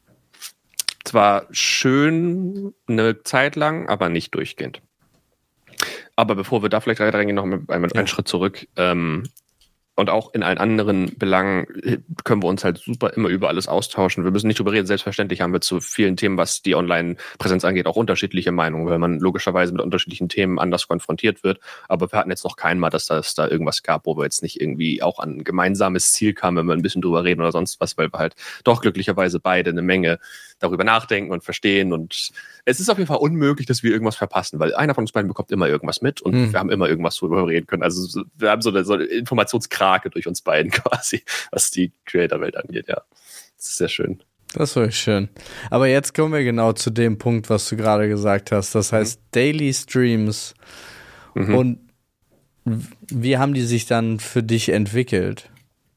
Es war schön eine Zeit lang, aber nicht durchgehend. Aber bevor wir da vielleicht reingehen, noch einmal einen ja. Schritt zurück. Ähm, Und auch in allen anderen Belangen können wir uns halt super immer über alles austauschen. Wir müssen nicht drüber reden. Selbstverständlich haben wir zu vielen Themen, was die Online-Präsenz angeht, auch unterschiedliche Meinungen, weil man logischerweise mit unterschiedlichen Themen anders konfrontiert wird. Aber wir hatten jetzt noch keinen Mal, dass das da irgendwas gab, wo wir jetzt nicht irgendwie auch an ein gemeinsames Ziel kamen, wenn wir ein bisschen drüber reden oder sonst was, weil wir halt doch glücklicherweise beide eine Menge darüber nachdenken und verstehen. Und es ist auf jeden Fall unmöglich, dass wir irgendwas verpassen, weil einer von uns beiden bekommt immer irgendwas mit und hm. wir haben immer irgendwas, worüber wir reden können. Also wir haben so eine, so eine Informationskrake durch uns beiden quasi, was die Creator-Welt angeht, ja. Das ist sehr schön. Das war schön. Aber jetzt kommen wir genau zu dem Punkt, was du gerade gesagt hast. Das heißt, mhm. Daily Streams. Mhm. Und wie haben die sich dann für dich entwickelt?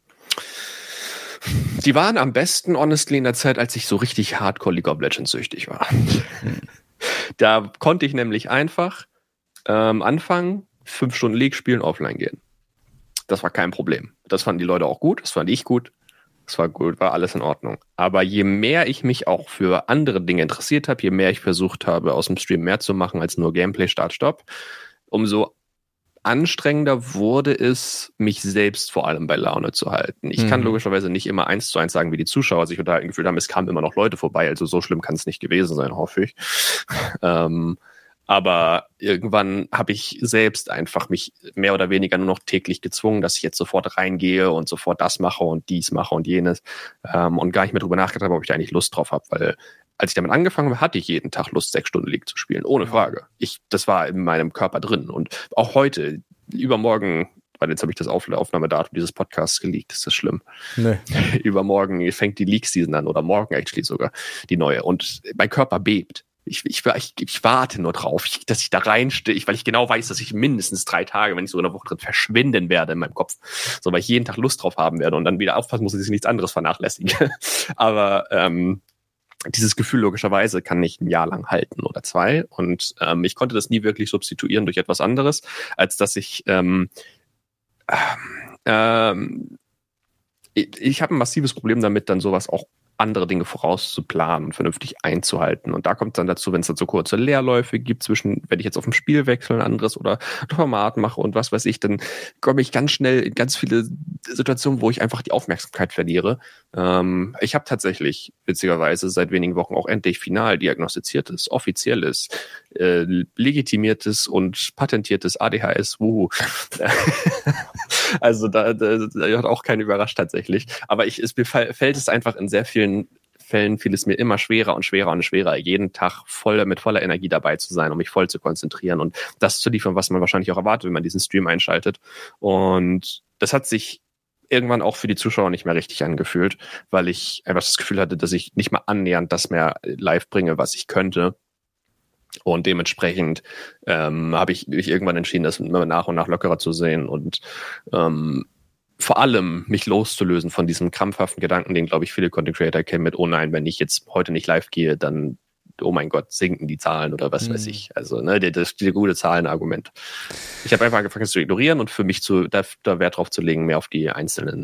Die waren am besten, honestly, in der Zeit, als ich so richtig hardcore League of Legends süchtig war. Mhm. Da konnte ich nämlich einfach ähm, anfangen, fünf Stunden League spielen, offline gehen. Das war kein Problem. Das fanden die Leute auch gut, das fand ich gut. Das war gut, war alles in Ordnung. Aber je mehr ich mich auch für andere Dinge interessiert habe, je mehr ich versucht habe, aus dem Stream mehr zu machen als nur Gameplay, Start, Stopp, umso anstrengender wurde es, mich selbst vor allem bei Laune zu halten. Ich mhm. kann logischerweise nicht immer eins zu eins sagen, wie die Zuschauer sich unterhalten gefühlt haben. Es kamen immer noch Leute vorbei, also so schlimm kann es nicht gewesen sein, hoffe ich. ähm, aber irgendwann habe ich selbst einfach mich mehr oder weniger nur noch täglich gezwungen, dass ich jetzt sofort reingehe und sofort das mache und dies mache und jenes ähm, und gar nicht mehr drüber nachgedacht habe, ob ich da eigentlich Lust drauf habe, weil als ich damit angefangen habe, hatte ich jeden Tag Lust, sechs Stunden League zu spielen, ohne Frage. Ich, das war in meinem Körper drin. Und auch heute, übermorgen, weil jetzt habe ich das Auf- Aufnahmedatum dieses Podcasts geleakt, ist das schlimm. Nee. Übermorgen fängt die League-Season an oder morgen actually sogar die neue. Und mein Körper bebt. Ich, ich, ich, ich warte nur drauf, ich, dass ich da reinstehe, weil ich genau weiß, dass ich mindestens drei Tage, wenn nicht sogar eine Woche drin, verschwinden werde in meinem Kopf. So, weil ich jeden Tag Lust drauf haben werde und dann wieder aufpassen muss, dass ich nichts anderes vernachlässige. Aber ähm, dieses Gefühl logischerweise kann nicht ein Jahr lang halten oder zwei. Und ähm, ich konnte das nie wirklich substituieren durch etwas anderes, als dass ich ähm, ähm, ich, ich habe ein massives Problem damit, dann sowas auch andere Dinge vorauszuplanen und vernünftig einzuhalten. Und da kommt es dann dazu, wenn es dann so kurze Leerläufe gibt zwischen, wenn ich jetzt auf dem Spiel wechsle, ein anderes oder ein Format mache und was weiß ich, dann komme ich ganz schnell in ganz viele Situationen, wo ich einfach die Aufmerksamkeit verliere. Ähm, ich habe tatsächlich, witzigerweise, seit wenigen Wochen auch endlich final diagnostiziertes, offizielles, äh, legitimiertes und patentiertes A D H S. Wuhu. Also da, da, da hat auch keinen überrascht tatsächlich. Aber ich, es, mir fällt es einfach in sehr vielen Fällen fiel es mir immer schwerer und schwerer und schwerer, jeden Tag voll mit voller Energie dabei zu sein, um mich voll zu konzentrieren und das zu liefern, was man wahrscheinlich auch erwartet, wenn man diesen Stream einschaltet. Und das hat sich irgendwann auch für die Zuschauer nicht mehr richtig angefühlt, weil ich einfach das Gefühl hatte, dass ich nicht mal annähernd das mehr live bringe, was ich könnte. Und dementsprechend ähm, habe ich mich irgendwann entschieden, das nach und nach lockerer zu sehen und ähm, vor allem mich loszulösen von diesem krampfhaften Gedanken, den, glaube ich, viele Content Creator kennen mit, oh nein, wenn ich jetzt heute nicht live gehe, dann, oh mein Gott, sinken die Zahlen oder was mhm. weiß ich. Also, ne, das ist das gute Zahlenargument. Ich habe einfach angefangen, es zu ignorieren und für mich zu, da, da Wert drauf zu legen, mehr auf die einzelnen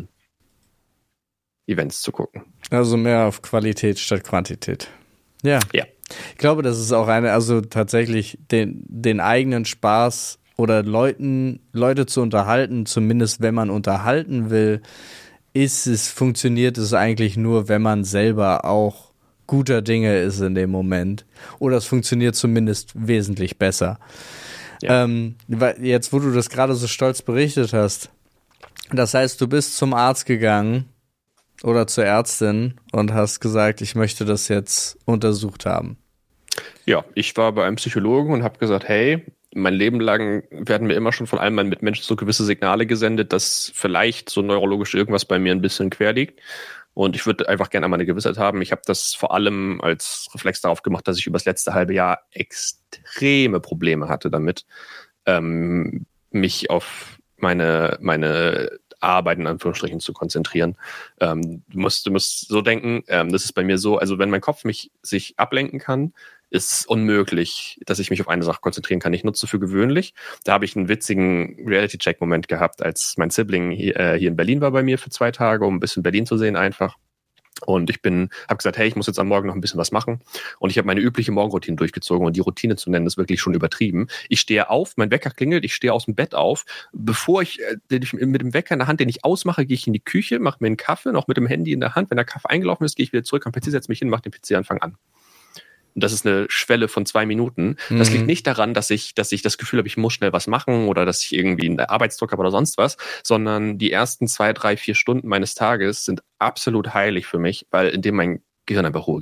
Events zu gucken. Also mehr auf Qualität statt Quantität. Ja. Ja. Ich glaube, das ist auch eine, also tatsächlich den, den eigenen Spaß oder Leuten, Leute zu unterhalten, zumindest wenn man unterhalten will, ist es, funktioniert es eigentlich nur, wenn man selber auch guter Dinge ist in dem Moment. Oder es funktioniert zumindest wesentlich besser. Ja. Ähm, jetzt, wo du das gerade so stolz berichtet hast, das heißt, du bist zum Arzt gegangen oder zur Ärztin und hast gesagt, ich möchte das jetzt untersucht haben. Ja, ich war bei einem Psychologen und habe gesagt, hey, mein Leben lang werden mir immer schon von allen meinen Mitmenschen so gewisse Signale gesendet, dass vielleicht so neurologisch irgendwas bei mir ein bisschen quer liegt. Und ich würde einfach gerne einmal eine Gewissheit haben. Ich habe das vor allem als Reflex darauf gemacht, dass ich über das letzte halbe Jahr extreme Probleme hatte damit, ähm, mich auf meine, meine Arbeit in Anführungsstrichen zu konzentrieren. Ähm, du musst, du musst so denken, ähm, das ist bei mir so, also wenn mein Kopf mich sich ablenken kann, ist es unmöglich, dass ich mich auf eine Sache konzentrieren kann. Ich nutze für gewöhnlich. Da habe ich einen witzigen Reality-Check-Moment gehabt, als mein Sibling hier, äh, hier in Berlin war bei mir für zwei Tage, um ein bisschen Berlin zu sehen einfach. Und ich bin, habe gesagt, hey, ich muss jetzt am Morgen noch ein bisschen was machen. Und ich habe meine übliche Morgenroutine durchgezogen. Und die Routine zu nennen, ist wirklich schon übertrieben. Ich stehe auf, mein Wecker klingelt, ich stehe aus dem Bett auf. Bevor ich, äh, mit dem Wecker in der Hand, den ich ausmache, gehe ich in die Küche, mache mir einen Kaffee, noch mit dem Handy in der Hand. Wenn der Kaffee eingelaufen ist, gehe ich wieder zurück am P C, setze mich hin, mache den P C Anfang an. Und das ist eine Schwelle von zwei Minuten. Mhm. Das liegt nicht daran, dass ich, dass ich das Gefühl habe, ich muss schnell was machen oder dass ich irgendwie einen Arbeitsdruck habe oder sonst was, sondern die ersten zwei, drei, vier Stunden meines Tages sind absolut heilig für mich, weil in dem mein Gehirn einfach Ruhe gibt.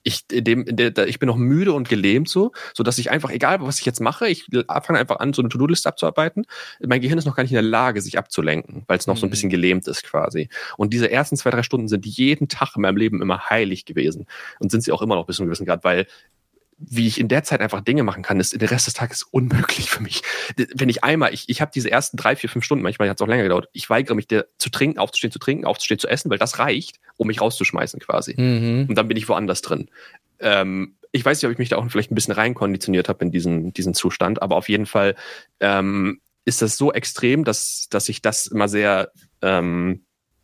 ich, in dem, in der, ich bin noch müde und gelähmt so, so dass ich einfach, egal was ich jetzt mache, ich fange einfach an, so eine To-Do-Liste abzuarbeiten. Mein Gehirn ist noch gar nicht in der Lage, sich abzulenken, weil es noch mhm. so ein bisschen gelähmt ist quasi. Und diese ersten zwei, drei Stunden sind jeden Tag in meinem Leben immer heilig gewesen und sind sie auch immer noch bis zu einem gewissen Grad, weil wie ich in der Zeit einfach Dinge machen kann, ist der Rest des Tages unmöglich für mich. Wenn ich einmal, ich, ich habe diese ersten drei, vier, fünf Stunden, manchmal hat es auch länger gedauert, ich weigere mich, der, zu trinken, aufzustehen, zu trinken, aufzustehen, zu essen, weil das reicht, um mich rauszuschmeißen quasi. Mhm. Und dann bin ich woanders drin. Ähm, ich weiß nicht, ob ich mich da auch vielleicht ein bisschen reinkonditioniert habe in diesen, diesen Zustand, aber auf jeden Fall ähm, ist das so extrem, dass, dass ich das immer sehr ähm,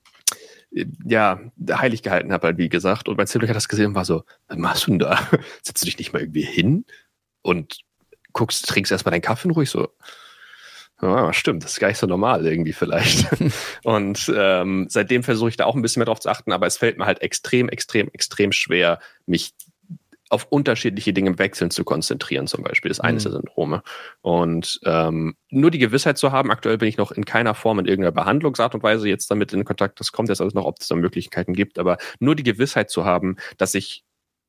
ja, heilig gehalten habe, halt, wie gesagt. Und mein Ziplik hat das gesehen und war so, was machst du denn da? Setzt du dich nicht mal irgendwie hin und guckst, trinkst erstmal deinen Kaffee in ruhig so. Ja, stimmt, das ist gar nicht so normal irgendwie vielleicht. Und ähm, seitdem versuche ich da auch ein bisschen mehr drauf zu achten, aber es fällt mir halt extrem, extrem, extrem schwer, mich auf unterschiedliche Dinge wechseln zu konzentrieren, zum Beispiel. Das ist eines mhm. der Syndrome. Und ähm, nur die Gewissheit zu haben, aktuell bin ich noch in keiner Form in irgendeiner Behandlungsart und Weise jetzt damit in Kontakt, das kommt jetzt alles noch, ob es da Möglichkeiten gibt, aber nur die Gewissheit zu haben, dass ich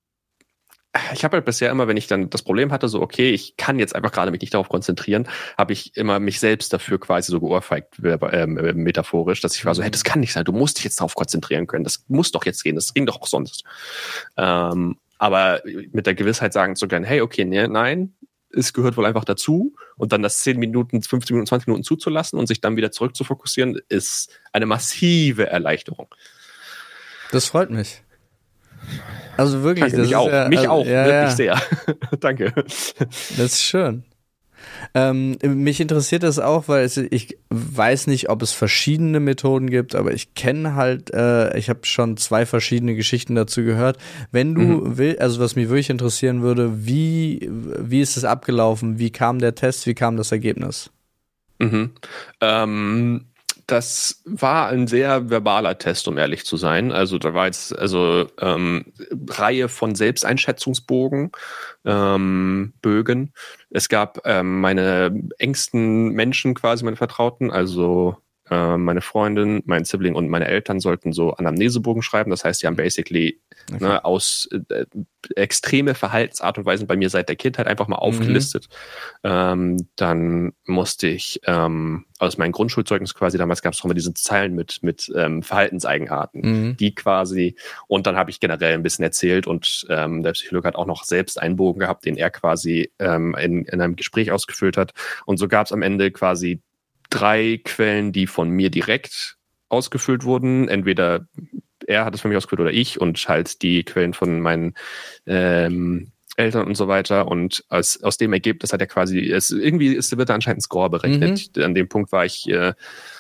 ich habe halt bisher immer, wenn ich dann das Problem hatte, so okay, ich kann jetzt einfach gerade mich nicht darauf konzentrieren, habe ich immer mich selbst dafür quasi so geohrfeigt, äh, metaphorisch, dass ich war so, hey, das kann nicht sein, du musst dich jetzt darauf konzentrieren können, das muss doch jetzt gehen, das ging doch auch sonst. Ähm, aber mit der Gewissheit sagen zu können, hey, okay, nee, nein, es gehört wohl einfach dazu und dann das zehn Minuten, fünfzehn Minuten, zwanzig Minuten zuzulassen und sich dann wieder zurück zu fokussieren, ist eine massive Erleichterung. Das freut mich. Also wirklich, Danke, das mich ist auch, ja, mich also, auch, ja, wirklich ja. sehr. Danke. Das ist schön. Ähm, mich interessiert das auch, weil es, ich weiß nicht, ob es verschiedene Methoden gibt, aber ich kenne halt, äh, ich habe schon zwei verschiedene Geschichten dazu gehört. Wenn du mhm. willst, also was mich wirklich interessieren würde, wie, wie ist es abgelaufen? Wie kam der Test? Wie kam das Ergebnis? Mhm. Ähm, das war ein sehr verbaler Test, um ehrlich zu sein. Also da war jetzt also ähm, Reihe von Selbsteinschätzungsbogen, ähm, Bögen. Es gab ähm, meine engsten Menschen quasi, meine Vertrauten, also äh, meine Freundin, mein Sibling und meine Eltern sollten so Anamnesebogen schreiben. Das heißt, die haben basically okay. ne, aus äh, extreme Verhaltensart und Weisen bei mir seit der Kindheit einfach mal aufgelistet. Mhm. Ähm, dann musste ich ähm, aus meinem Grundschulzeugnis quasi, damals gab es auch immer diese Zeilen mit, mit ähm, Verhaltenseigenarten, mhm. die quasi, und dann habe ich generell ein bisschen erzählt und ähm, der Psychologe hat auch noch selbst einen Bogen gehabt, den er quasi ähm, in, in einem Gespräch ausgefüllt hat. Und so gab es am Ende quasi drei Quellen, die von mir direkt ausgefüllt wurden. Entweder er hat es für mich ausgefüllt oder ich und halt die Quellen von meinen ähm, Eltern und so weiter. Und aus, aus dem Ergebnis hat er quasi, es, irgendwie ist, wird da anscheinend ein Score berechnet. Mhm. An dem Punkt war ich, äh,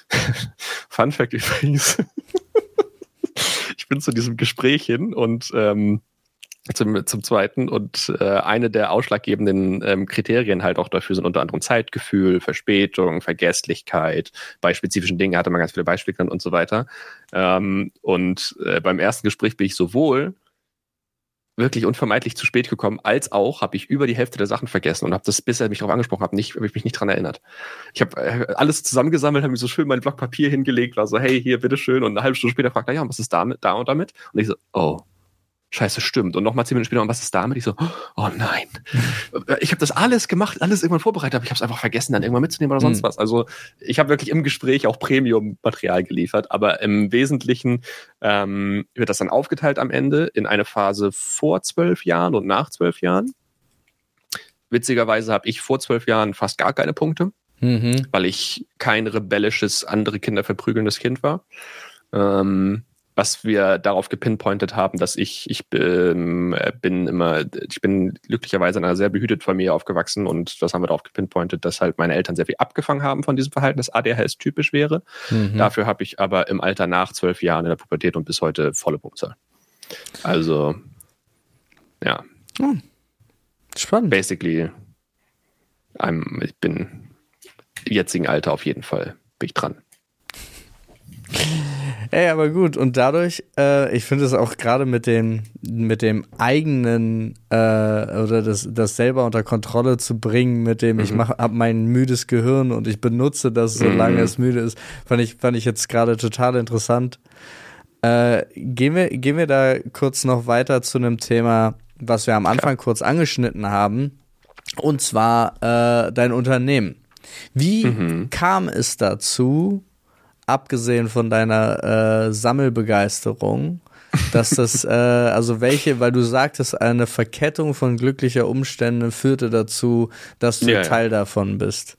Fun Fact übrigens, ich bin zu diesem Gespräch hin und ähm, Zum, zum Zweiten und äh, eine der ausschlaggebenden ähm, Kriterien halt auch dafür sind unter anderem Zeitgefühl, Verspätung, Vergesslichkeit. Bei spezifischen Dingen hatte man ganz viele Beispiele genannt und so weiter. Ähm, und äh, beim ersten Gespräch bin ich sowohl wirklich unvermeidlich zu spät gekommen, als auch habe ich über die Hälfte der Sachen vergessen und habe das, bis er mich darauf angesprochen hat, nicht, habe ich mich nicht dran erinnert. Ich habe äh, alles zusammengesammelt, habe mir so schön mein Block Papier hingelegt, war so, hey, hier, bitteschön. Und eine halbe Stunde später fragt er, ja, was ist damit, da und damit? Und ich so, oh. Scheiße, stimmt. Und nochmal zehn Minuten später, und was ist damit? Ich so, oh nein. Ich habe das alles gemacht, alles irgendwann vorbereitet, aber ich habe es einfach vergessen, dann irgendwann mitzunehmen oder sonst mhm. was. Also ich habe wirklich im Gespräch auch Premium-Material geliefert, aber im Wesentlichen ähm, wird das dann aufgeteilt am Ende in eine Phase vor zwölf Jahren und nach zwölf Jahren. Witzigerweise habe ich vor zwölf Jahren fast gar keine Punkte, mhm. weil ich kein rebellisches, andere Kinder verprügelndes Kind war. Ähm, was wir darauf gepinpointet haben, dass ich, ich bin, bin immer, ich bin glücklicherweise in einer sehr behüteten Familie aufgewachsen und das haben wir darauf gepinpointet, dass halt meine Eltern sehr viel abgefangen haben von diesem Verhalten, das A D H S typisch wäre. Mhm. Dafür habe ich aber im Alter nach zwölf Jahren in der Pubertät und bis heute volle Punktzahl. Also, ja. Oh. Spannend. Basically, I'm, ich bin im jetzigen Alter auf jeden Fall, bin ich dran. Ey, aber gut, und dadurch, äh, ich finde es auch gerade mit dem, mit dem eigenen, äh, oder das, das selber unter Kontrolle zu bringen, mit dem, mhm. ich mach, hab mein müdes Gehirn und ich benutze das, solange mhm. es müde ist, fand ich, fand ich jetzt gerade total interessant. Äh, gehen wir, gehen wir da kurz noch weiter zu einem Thema, was wir am Anfang ja. kurz angeschnitten haben, und zwar äh, dein Unternehmen. Wie mhm. kam es dazu, abgesehen von deiner äh, Sammelbegeisterung, dass das, äh, also welche, weil du sagtest, eine Verkettung von glücklicher Umstände führte dazu, dass du ja, Teil ja. davon bist.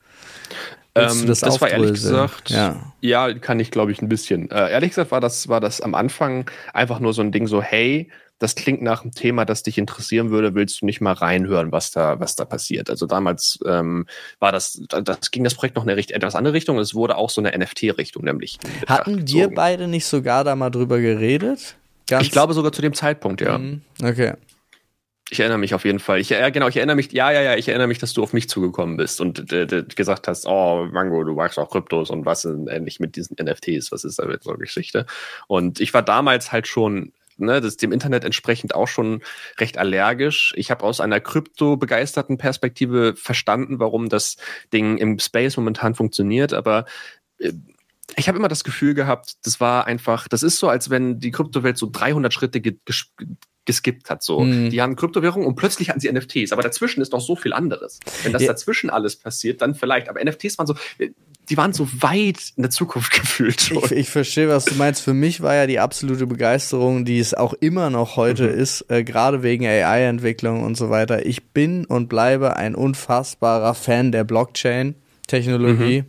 Ähm, das, das war ehrlich gesagt, ja, ja kann ich glaube ich ein bisschen. Äh, ehrlich gesagt war das, war das am Anfang einfach nur so ein Ding so, hey, das klingt nach einem Thema, das dich interessieren würde, willst du nicht mal reinhören, was da, was da passiert? Also damals ähm, war das, das ging das Projekt noch in eine Richt- etwas andere Richtung und es wurde auch so eine N F T-Richtung nämlich. Hatten wir beide nicht sogar da mal drüber geredet? Ganz ich glaube sogar zu dem Zeitpunkt, ja. Okay. Ich erinnere mich auf jeden Fall. Ich, ja, genau, ich erinnere mich, ja, ja, ja, ich erinnere mich, dass du auf mich zugekommen bist und äh, äh, gesagt hast, oh, Mango, du magst auch Kryptos und was ist ähnlich mit diesen N F Ts, was ist da mit so eine Geschichte? Und ich war damals halt schon, ne, das dem Internet entsprechend auch schon recht allergisch. Ich habe aus einer krypto-begeisterten Perspektive verstanden, warum das Ding im Space momentan funktioniert, aber äh, ich habe immer das Gefühl gehabt, das war einfach, das ist so, als wenn die Kryptowelt so dreihundert Schritte ge- ges- geskippt hat. So. Hm. Die haben Kryptowährung und plötzlich hatten sie N F Ts. Aber dazwischen ist noch so viel anderes. Wenn das ja. dazwischen alles passiert, dann vielleicht. Aber N F Ts waren so, die waren so weit in der Zukunft gefühlt schon. Ich, ich verstehe, was du meinst. Für mich war ja die absolute Begeisterung, die es auch immer noch heute mhm. ist, äh, gerade wegen A I-Entwicklung und so weiter. Ich bin und bleibe ein unfassbarer Fan der Blockchain-Technologie. Mhm.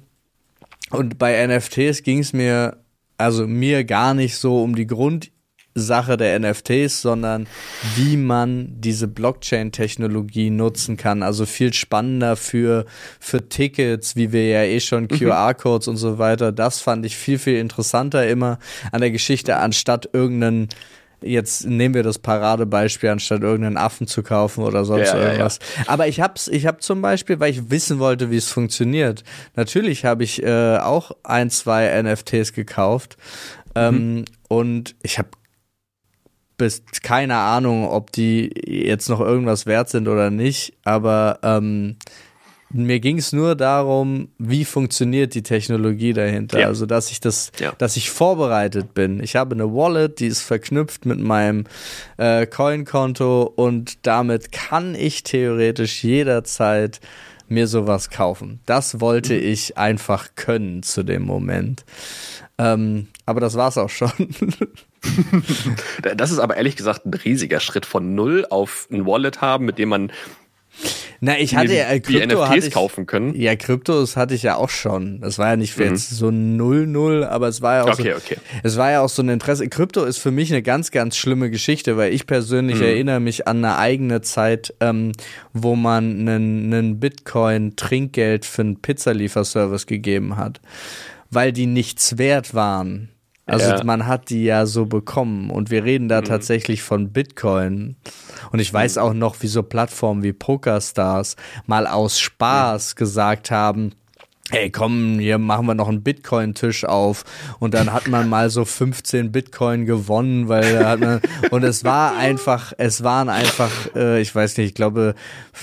Und bei N F Ts ging es mir, also mir gar nicht so um die Grundsache der N F Ts, sondern wie man diese Blockchain-Technologie nutzen kann. Also viel spannender für, für Tickets, wie wir ja eh schon Q R-Codes mhm. und so weiter. Das fand ich viel, viel interessanter immer an der Geschichte, anstatt irgendeinen, jetzt nehmen wir das Paradebeispiel, anstatt irgendeinen Affen zu kaufen oder sonst ja, irgendwas. Ja, ja. Aber ich hab's, ich hab zum Beispiel, weil ich wissen wollte, wie es funktioniert. Natürlich habe ich äh, auch ein, zwei N F Ts gekauft mhm. ähm, und ich habe bis keine Ahnung, ob die jetzt noch irgendwas wert sind oder nicht, aber ähm, mir ging es nur darum, wie funktioniert die Technologie dahinter. Ja. Also, dass ich das, ja. dass ich vorbereitet bin. Ich habe eine Wallet, die ist verknüpft mit meinem äh, Coin-Konto und damit kann ich theoretisch jederzeit mir sowas kaufen. Das wollte mhm. ich einfach können zu dem Moment. Ähm, aber das war's auch schon. Das ist aber ehrlich gesagt ein riesiger Schritt von null auf ein Wallet haben, mit dem man Na, ich hatte ja, Krypto die N F Ts ich, kaufen können. Ja, Kryptos hatte ich ja auch schon. Das war ja nicht für mhm. jetzt so null null, aber es war ja auch okay, so, okay. es war ja auch so ein Interesse. Krypto ist für mich eine ganz, ganz schlimme Geschichte, weil ich persönlich mhm. erinnere mich an eine eigene Zeit, ähm, wo man einen, einen Bitcoin-Trinkgeld für einen Pizzalieferservice gegeben hat, weil die nichts wert waren. Also ja. man hat die ja so bekommen und wir reden da mhm. tatsächlich von Bitcoin. Und ich weiß auch noch, wie so Plattformen wie PokerStars mal aus Spaß mhm. gesagt haben, hey komm, hier machen wir noch einen Bitcoin-Tisch auf. Und dann hat man mal so fünfzehn Bitcoin gewonnen, weil da hat man, und es war einfach, es waren einfach, äh, ich weiß nicht, ich glaube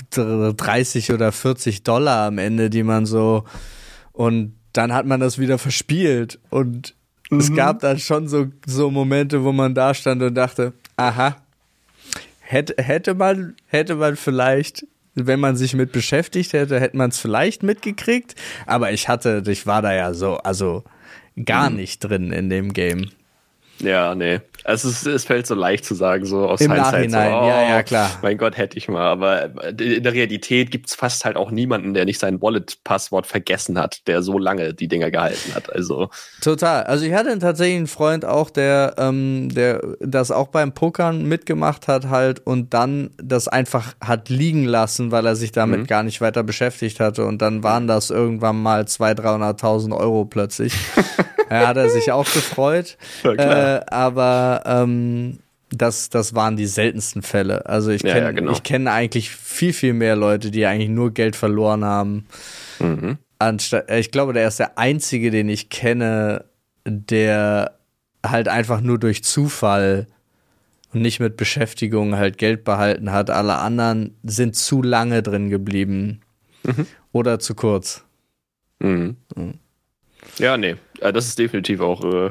dreißig oder vierzig Dollar am Ende, die man so, und dann hat man das wieder verspielt und es gab dann schon so, so Momente, wo man da stand und dachte, aha, hätte, hätte man, hätte man vielleicht, wenn man sich mit beschäftigt hätte, hätte man es vielleicht mitgekriegt. Aber ich hatte, ich war da ja so, also gar mhm. nicht drin in dem Game. Ja, nee. Also es, es fällt so leicht zu sagen, so aus Im Hindsight. Nachhinein, so, oh, ja, ja, klar. Mein Gott, hätte ich mal. Aber in der Realität gibt's fast halt auch niemanden, der nicht sein Wallet-Passwort vergessen hat, der so lange die Dinger gehalten hat. Also total. Also ich hatte tatsächlich einen Freund auch, der, ähm, der das auch beim Pokern mitgemacht hat halt und dann das einfach hat liegen lassen, weil er sich damit mhm. gar nicht weiter beschäftigt hatte. Und dann waren das irgendwann mal zweihunderttausend, dreihunderttausend Euro plötzlich. Er hat er sich auch gefreut. Ja, klar. Äh, aber ähm, das, das waren die seltensten Fälle. Also ich kenne ja, ja, genau. ich kenne eigentlich viel, viel mehr Leute, die eigentlich nur Geld verloren haben. Mhm. Anstatt, ich glaube, der ist der Einzige, den ich kenne, der halt einfach nur durch Zufall und nicht mit Beschäftigung halt Geld behalten hat. Alle anderen sind zu lange drin geblieben. Mhm. Oder zu kurz. Mhm. Mhm. Ja, nee, das ist definitiv auch äh,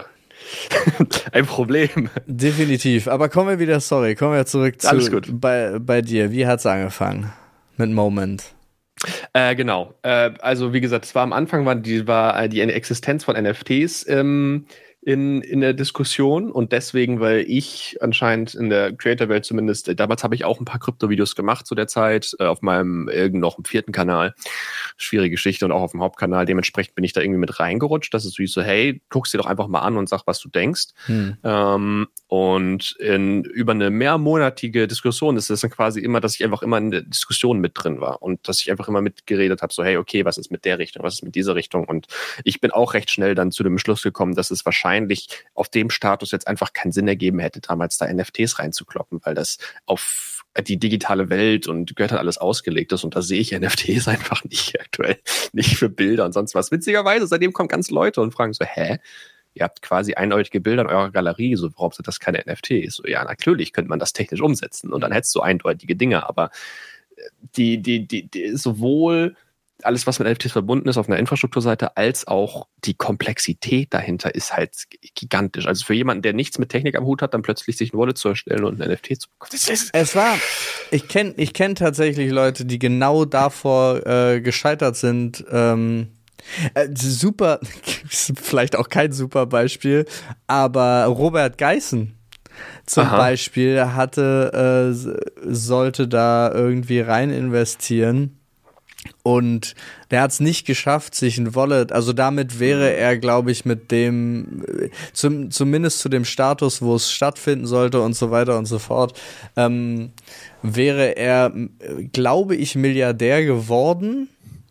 ein Problem. Definitiv. Aber kommen wir wieder, sorry, kommen wir zurück zu Alles gut. Bei, bei dir. Wie hat's angefangen mit Moment? Äh, genau. Äh, also wie gesagt, es war am Anfang war die, war die Existenz von N F Ts ähm, in, in der Diskussion und deswegen, weil ich anscheinend in der Creator-Welt zumindest, äh, damals habe ich auch ein paar Krypto-Videos gemacht zu der Zeit, äh, auf meinem irgend noch im vierten Kanal. Schwierige Geschichte und auch auf dem Hauptkanal. Dementsprechend bin ich da irgendwie mit reingerutscht. Das ist wie so, hey, guck's dir doch einfach mal an und sag, was du denkst. Hm. Ähm, und in, über eine mehrmonatige Diskussion ist es dann quasi immer, dass ich einfach immer in der Diskussion mit drin war und dass ich einfach immer mitgeredet habe, so, hey, okay, was ist mit der Richtung, was ist mit dieser Richtung? Und ich bin auch recht schnell dann zu dem Schluss gekommen, dass es wahrscheinlich auf dem Status jetzt einfach keinen Sinn ergeben hätte, damals da N F Ts reinzukloppen, weil das auf die digitale Welt und gehört halt alles ausgelegt ist und da sehe ich N F Ts einfach nicht aktuell, nicht für Bilder und sonst was. Witzigerweise, seitdem kommen ganz Leute und fragen so, hä? Ihr habt quasi eindeutige Bilder in eurer Galerie, so warum sind das keine N F Ts? So, ja, natürlich könnte man das technisch umsetzen und dann hättest du eindeutige Dinge, aber die, die, die, die sowohl alles, was mit N F Ts verbunden ist auf einer Infrastrukturseite, als auch die Komplexität dahinter ist halt gigantisch. Also für jemanden, der nichts mit Technik am Hut hat, dann plötzlich sich ein Wallet zu erstellen und ein N F T zu bekommen. Es war, ich kenne ich kenn tatsächlich Leute, die genau davor äh, gescheitert sind. Ähm, äh, super, vielleicht auch kein super Beispiel, aber Robert Geissen zum Aha. Beispiel hatte, äh, sollte da irgendwie rein investieren. Und der hat es nicht geschafft, sich ein Wallet, also damit wäre er, glaube ich, mit dem, zum, zumindest zu dem Status, wo es stattfinden sollte und so weiter und so fort, ähm, wäre er, glaube ich, Milliardär geworden.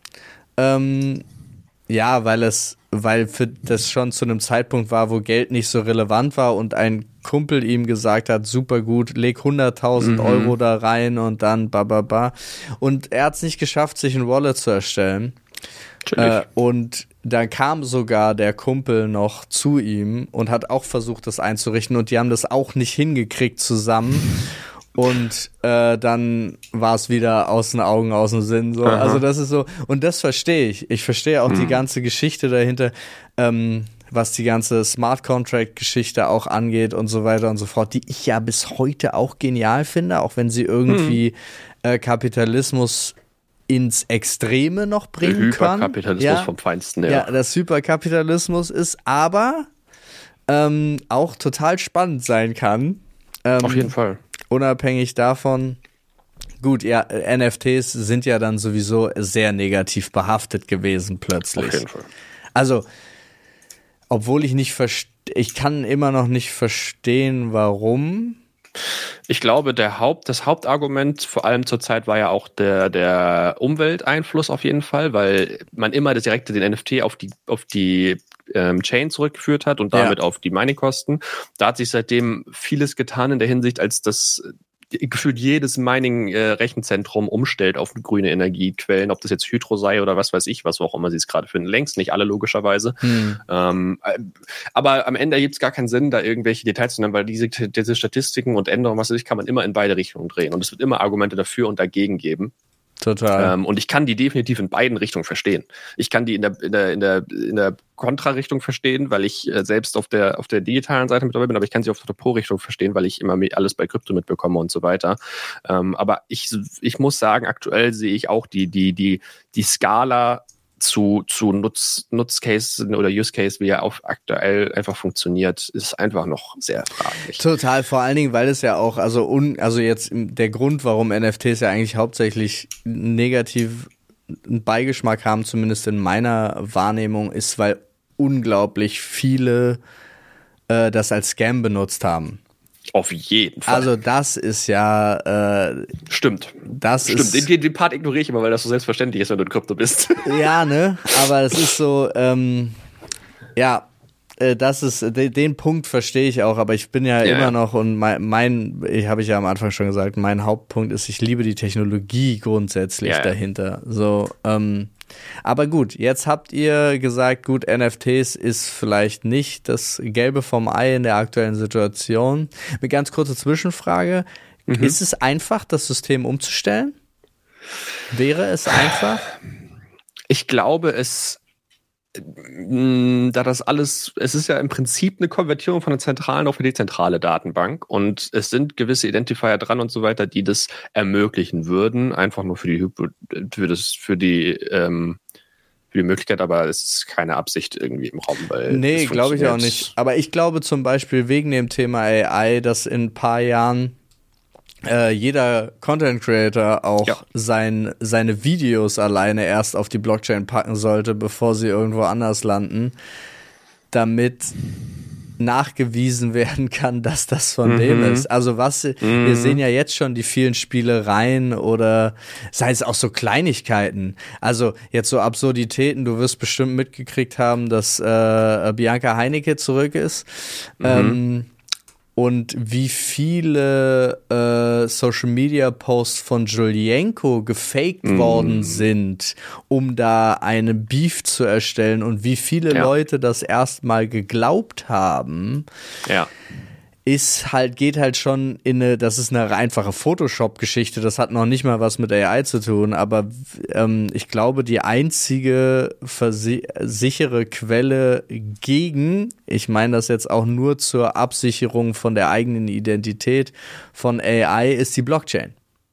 Ähm, ja, weil es, weil für das schon zu einem Zeitpunkt war, wo Geld nicht so relevant war und ein Kumpel ihm gesagt hat, super gut, leg hunderttausend mhm. Euro da rein und dann ba, ba, ba. Und er hat es nicht geschafft, sich ein Wallet zu erstellen. Äh, und dann kam sogar der Kumpel noch zu ihm und hat auch versucht, das einzurichten und die haben das auch nicht hingekriegt zusammen. Und äh, dann war es wieder aus den Augen, aus dem Sinn. So. Also das ist so, und das verstehe ich. Ich verstehe auch mhm. die ganze Geschichte dahinter, ähm, was die ganze Smart Contract-Geschichte auch angeht und so weiter und so fort, die ich ja bis heute auch genial finde, auch wenn sie irgendwie mhm. äh, Kapitalismus ins Extreme noch bringen der kann. Hyperkapitalismus ja, vom Feinsten, ja. Ja, das Hyperkapitalismus ist aber ähm, auch total spannend sein kann. Ähm, Auf jeden Fall. Unabhängig davon, gut, ja, N F Ts sind ja dann sowieso sehr negativ behaftet gewesen plötzlich. Auf jeden Fall. Also, obwohl ich nicht verstehe, ich kann immer noch nicht verstehen, warum. Ich glaube, der Haupt, das Hauptargument vor allem zurzeit war ja auch der, der Umwelteinfluss auf jeden Fall, weil man immer das direkte den N F T auf die, auf die ähm, Chain zurückgeführt hat und damit ja. auf die Mining-Kosten. Da hat sich seitdem vieles getan in der Hinsicht, als das gefühlt jedes Mining-Rechenzentrum umstellt auf grüne Energiequellen, ob das jetzt Hydro sei oder was weiß ich, was auch immer sie es gerade finden. Längst nicht alle logischerweise. Hm. Ähm, aber am Ende gibt es gar keinen Sinn, da irgendwelche Details zu nennen, weil diese, diese Statistiken und Änderungen, was weiß ich, kann man immer in beide Richtungen drehen. Und es wird immer Argumente dafür und dagegen geben. Total. Ähm, und ich kann die definitiv in beiden Richtungen verstehen. Ich kann die in der in der in der in der Kontra-Richtung verstehen, weil ich äh, selbst auf der auf der digitalen Seite mit dabei bin, aber ich kann sie auf der Pro-Richtung verstehen, weil ich immer alles bei Krypto mitbekomme und so weiter. Ähm, aber ich ich muss sagen, aktuell sehe ich auch die die die die Skala zu zu Nutz Nutzcase oder Use Case, wie er auf aktuell einfach funktioniert, ist einfach noch sehr fraglich. Total, vor allen Dingen, weil es ja auch, also un, also jetzt der Grund, warum N F Ts ja eigentlich hauptsächlich negativ einen Beigeschmack haben, zumindest in meiner Wahrnehmung, ist, weil unglaublich viele äh, das als Scam benutzt haben. Auf jeden Fall. Also das ist ja äh, Stimmt. Das Stimmt. ist, den, den Part ignoriere ich immer, weil das so selbstverständlich ist, wenn du in Krypto bist. Ja, ne? Aber es ist so, ähm, ja, äh, das ist, de, den Punkt verstehe ich auch, aber ich bin ja, ja immer noch und mein, mein ich habe ich ja am Anfang schon gesagt, mein Hauptpunkt ist, ich liebe die Technologie grundsätzlich ja, dahinter. So, ähm, aber gut, jetzt habt ihr gesagt, gut, N F Ts ist vielleicht nicht das Gelbe vom Ei in der aktuellen Situation. Eine ganz kurze Zwischenfrage. Mhm. Ist es einfach, das System umzustellen? Wäre es einfach? Ich glaube, es Da das alles, es ist ja im Prinzip eine Konvertierung von der zentralen auf eine dezentrale Datenbank und es sind gewisse Identifier dran und so weiter, die das ermöglichen würden, einfach nur für die für das für die ähm, für die Möglichkeit, aber es ist keine Absicht irgendwie im Raum, weil nee, glaube ich auch nicht. Aber ich glaube zum Beispiel wegen dem Thema A I, dass in ein paar Jahren Äh, jeder Content Creator auch ja. sein, seine Videos alleine erst auf die Blockchain packen sollte, bevor sie irgendwo anders landen, damit nachgewiesen werden kann, dass das von mhm. dem ist. Also was, mhm. wir sehen ja jetzt schon die vielen Spielereien oder sei es auch so Kleinigkeiten. Also jetzt so Absurditäten, du wirst bestimmt mitgekriegt haben, dass äh, Bianca Heinecke zurück ist. Mhm. Ähm, Und wie viele äh, Social-Media-Posts von Julienko gefaked mm. worden sind, um da einen Beef zu erstellen und wie viele ja. Leute das erstmal geglaubt haben, ja. ist halt, geht halt schon in eine, das ist eine einfache Photoshop-Geschichte, das hat noch nicht mal was mit A I zu tun, aber ähm, ich glaube, die einzige versi- sichere Quelle gegen, ich meine das jetzt auch nur zur Absicherung von der eigenen Identität von A I, ist die Blockchain.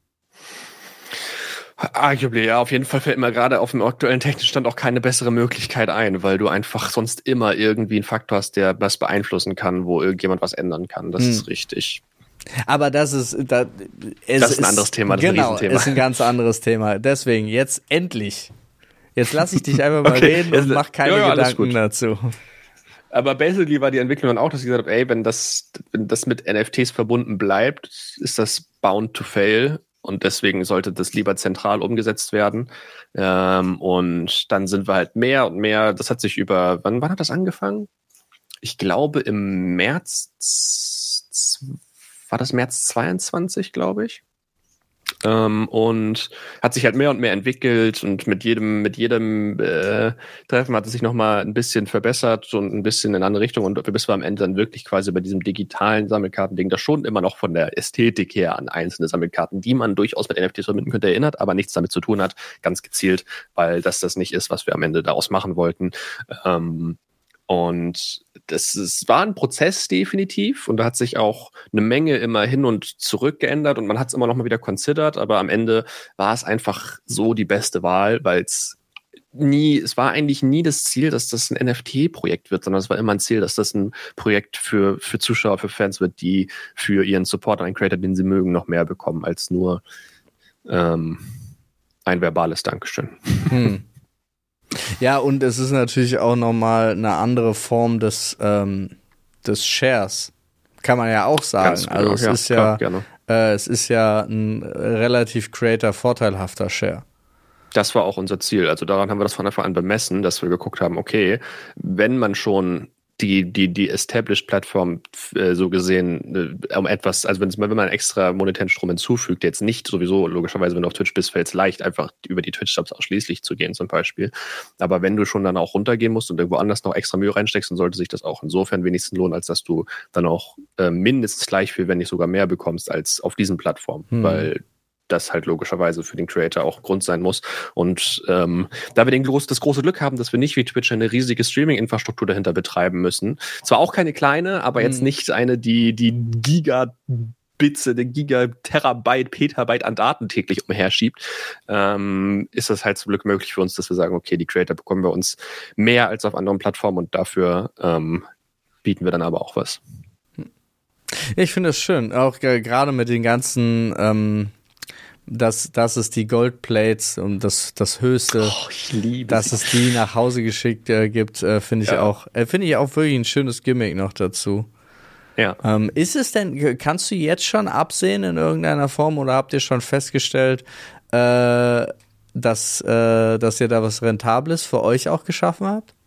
Arguably, ja, auf jeden Fall fällt mir gerade auf dem aktuellen technischen Stand auch keine bessere Möglichkeit ein, weil du einfach sonst immer irgendwie einen Faktor hast, der was beeinflussen kann, wo irgendjemand was ändern kann. Das hm. ist richtig. Aber das ist, da, es das ist ein anderes Thema, das genau, ist ein Riesenthema. Ist ein ganz anderes Thema. Deswegen, jetzt endlich. Jetzt lasse ich dich einfach mal okay, reden und mach keine ja, ja, Gedanken dazu. Aber basically war die Entwicklung dann auch, dass ich gesagt habe, ey, wenn das, wenn das mit N F Ts verbunden bleibt, ist das bound to fail. Und deswegen sollte das lieber zentral umgesetzt werden. Ähm, und dann sind wir halt mehr und mehr, das hat sich über, wann, wann hat das angefangen? Ich glaube im März, war das März zweiundzwanzig, glaube ich. Ähm, und hat sich halt mehr und mehr entwickelt und mit jedem, mit jedem äh, Treffen hat es sich nochmal ein bisschen verbessert und ein bisschen in eine andere Richtung und bis wir am Ende dann wirklich quasi bei diesem digitalen Sammelkartending, das schon immer noch von der Ästhetik her an einzelne Sammelkarten, die man durchaus mit N F Ts verbinden könnte, erinnert, aber nichts damit zu tun hat, ganz gezielt, weil das das nicht ist, was wir am Ende daraus machen wollten. Ähm, Und das ist, war ein Prozess definitiv und da hat sich auch eine Menge immer hin und zurück geändert und man hat es immer noch mal wieder considered, aber am Ende war es einfach so die beste Wahl, weil es nie, es war eigentlich nie das Ziel, dass das ein N F T-Projekt wird, sondern es war immer ein Ziel, dass das ein Projekt für, für Zuschauer, für Fans wird, die für ihren Support einen Creator, den sie mögen, noch mehr bekommen als nur ähm, ein verbales Dankeschön. Hm. Ja, und es ist natürlich auch nochmal eine andere Form des, ähm, des Shares. Kann man ja auch sagen. Genau, also es ja, ist ja, äh, es ist ja ein relativ creator-vorteilhafter Share. Das war auch unser Ziel. Also daran haben wir das von Anfang an bemessen, dass wir geguckt haben, okay, wenn man schon die die die Established-Plattform äh, so gesehen äh, um etwas, also wenn wenn man einen extra monetären Strom hinzufügt, der jetzt nicht sowieso, logischerweise, wenn du auf Twitch bist, fällt es leicht, einfach über die Twitch-Subs ausschließlich zu gehen zum Beispiel. Aber wenn du schon dann auch runtergehen musst und irgendwo anders noch extra Mühe reinsteckst, dann sollte sich das auch insofern wenigstens lohnen, als dass du dann auch äh, mindestens gleich viel, wenn nicht sogar mehr bekommst als auf diesen Plattformen, hm. weil das halt logischerweise für den Creator auch Grund sein muss. Und ähm, da wir den groß, das große Glück haben, dass wir nicht wie Twitch eine riesige Streaming-Infrastruktur dahinter betreiben müssen. Zwar auch keine kleine, aber mhm. jetzt nicht eine, die die Gigabitze, die Gigaterabyte, Petabyte an Daten täglich umherschiebt, ähm, ist das halt zum Glück möglich für uns, dass wir sagen, okay, die Creator bekommen wir uns mehr als auf anderen Plattformen und dafür ähm, bieten wir dann aber auch was. Ich finde es schön, auch g- gerade mit den ganzen ähm Dass, dass es die Goldplates und das, das Höchste, oh, ich liebe dass sie. es die nach Hause geschickt äh, gibt, äh, finde ich ja. auch, äh, finde ich auch wirklich ein schönes Gimmick noch dazu. Ja. Ähm, ist es denn, kannst du jetzt schon absehen in irgendeiner Form oder habt ihr schon festgestellt, äh, dass, äh, dass ihr da was Rentables für euch auch geschaffen habt?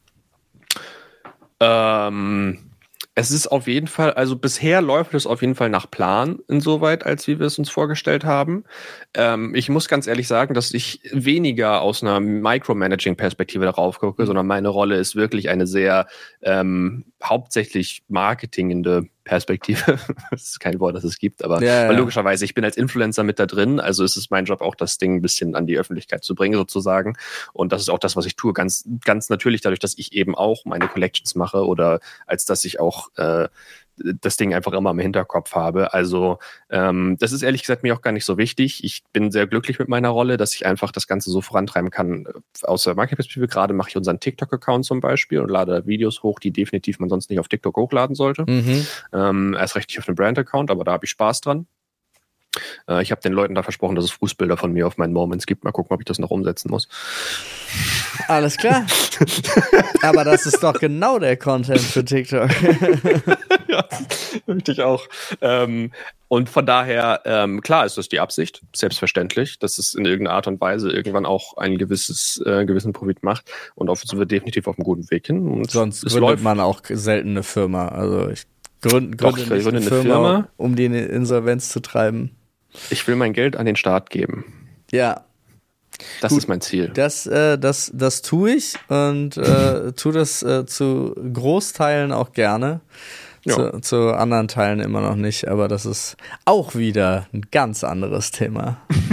Ähm. Es ist auf jeden Fall, also bisher läuft es auf jeden Fall nach Plan insoweit, als wie wir es uns vorgestellt haben. Ähm, ich muss ganz ehrlich sagen, dass ich weniger aus einer Micromanaging-Perspektive darauf gucke, mhm. sondern meine Rolle ist wirklich eine sehr ähm, hauptsächlich marketingende Perspektive. Das ist kein Wort, das es gibt, aber ja, ja. logischerweise, ich bin als Influencer mit da drin, also ist es mein Job auch, das Ding ein bisschen an die Öffentlichkeit zu bringen sozusagen, und das ist auch das, was ich tue, ganz ganz natürlich dadurch, dass ich eben auch meine Collections mache oder als dass ich auch äh, das Ding einfach immer im Hinterkopf habe. Also ähm, das ist ehrlich gesagt mir auch gar nicht so wichtig. Ich bin sehr glücklich mit meiner Rolle, dass ich einfach das Ganze so vorantreiben kann. Aus der Marketing-Perspektive gerade mache ich unseren TikTok-Account zum Beispiel und lade Videos hoch, die definitiv man sonst nicht auf TikTok hochladen sollte. Mhm. Ähm, erst recht nicht auf einem Brand-Account, aber da habe ich Spaß dran. Äh, ich habe den Leuten da versprochen, dass es Fußbilder von mir auf meinen Moments gibt. Mal gucken, ob ich das noch umsetzen muss. Alles klar. Aber das ist doch genau der Content für TikTok. Ja, möchte ich auch. Ähm, und von daher, ähm, klar ist das die Absicht, selbstverständlich, dass es in irgendeiner Art und Weise irgendwann auch ein gewisses, äh, gewissen Profit macht. Und auf, sind wir definitiv auf einem guten Weg hin. Und sonst gründet läuft. man auch selten eine Firma. Also ich gründe, gründe Doch, nicht gründe eine, eine Firma, Firma, um die in Insolvenz zu treiben. Ich will mein Geld an den Staat geben. Ja. Das Gut, ist mein Ziel. Das, äh, das, das tue ich und äh, tue das äh, zu Großteilen auch gerne. Zu, zu anderen Teilen immer noch nicht, aber das ist auch wieder ein ganz anderes Thema.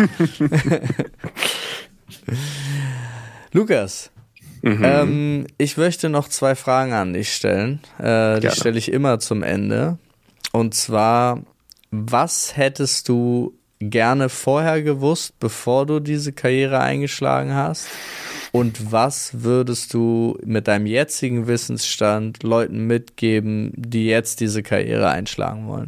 Lukas, mhm. ähm, ich möchte noch zwei Fragen an dich stellen. Äh, die stelle ich immer zum Ende. Und zwar, was hättest du gerne vorher gewusst, bevor du diese Karriere eingeschlagen hast? Und was würdest du mit deinem jetzigen Wissensstand Leuten mitgeben, die jetzt diese Karriere einschlagen wollen?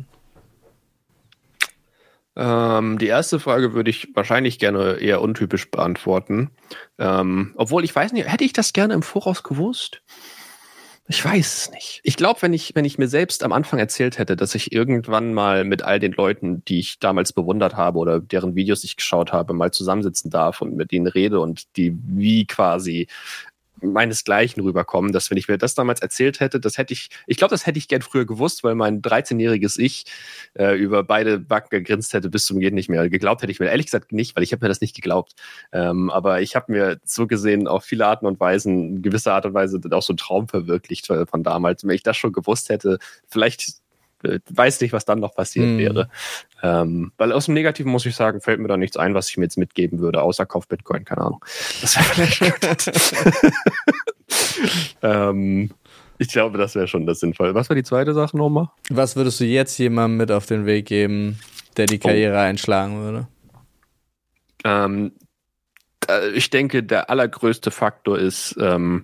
Ähm, die erste Frage würde ich wahrscheinlich gerne eher untypisch beantworten. Ähm, obwohl, ich weiß nicht, hätte ich das gerne im Voraus gewusst? Ich weiß es nicht. Ich glaube, wenn ich, wenn ich mir selbst am Anfang erzählt hätte, dass ich irgendwann mal mit all den Leuten, die ich damals bewundert habe oder deren Videos ich geschaut habe, mal zusammensitzen darf und mit denen rede und die wie quasi meinesgleichen rüberkommen, dass wenn ich mir das damals erzählt hätte, das hätte ich, ich glaube, das hätte ich gern früher gewusst, weil mein dreizehnjähriges Ich äh, über beide Backen gegrinst hätte bis zum Geht nicht mehr. Geglaubt hätte ich mir ehrlich gesagt nicht, weil ich habe mir das nicht geglaubt. Ähm, aber ich habe mir so gesehen auf viele Arten und Weisen, in gewisser Art und Weise auch so einen Traum verwirklicht von damals. Wenn ich das schon gewusst hätte, vielleicht weiß nicht, was dann noch passiert mm. wäre. Ähm, weil aus dem Negativen, muss ich sagen, fällt mir da nichts ein, was ich mir jetzt mitgeben würde, außer Kauf Bitcoin, keine Ahnung. Das wäre vielleicht ähm, ich glaube, das wäre schon das Sinnvolle. Was war die zweite Sache nochmal? Was würdest du jetzt jemandem mit auf den Weg geben, der die Karriere oh. einschlagen würde? Ähm, ich denke, der allergrößte Faktor ist, ähm,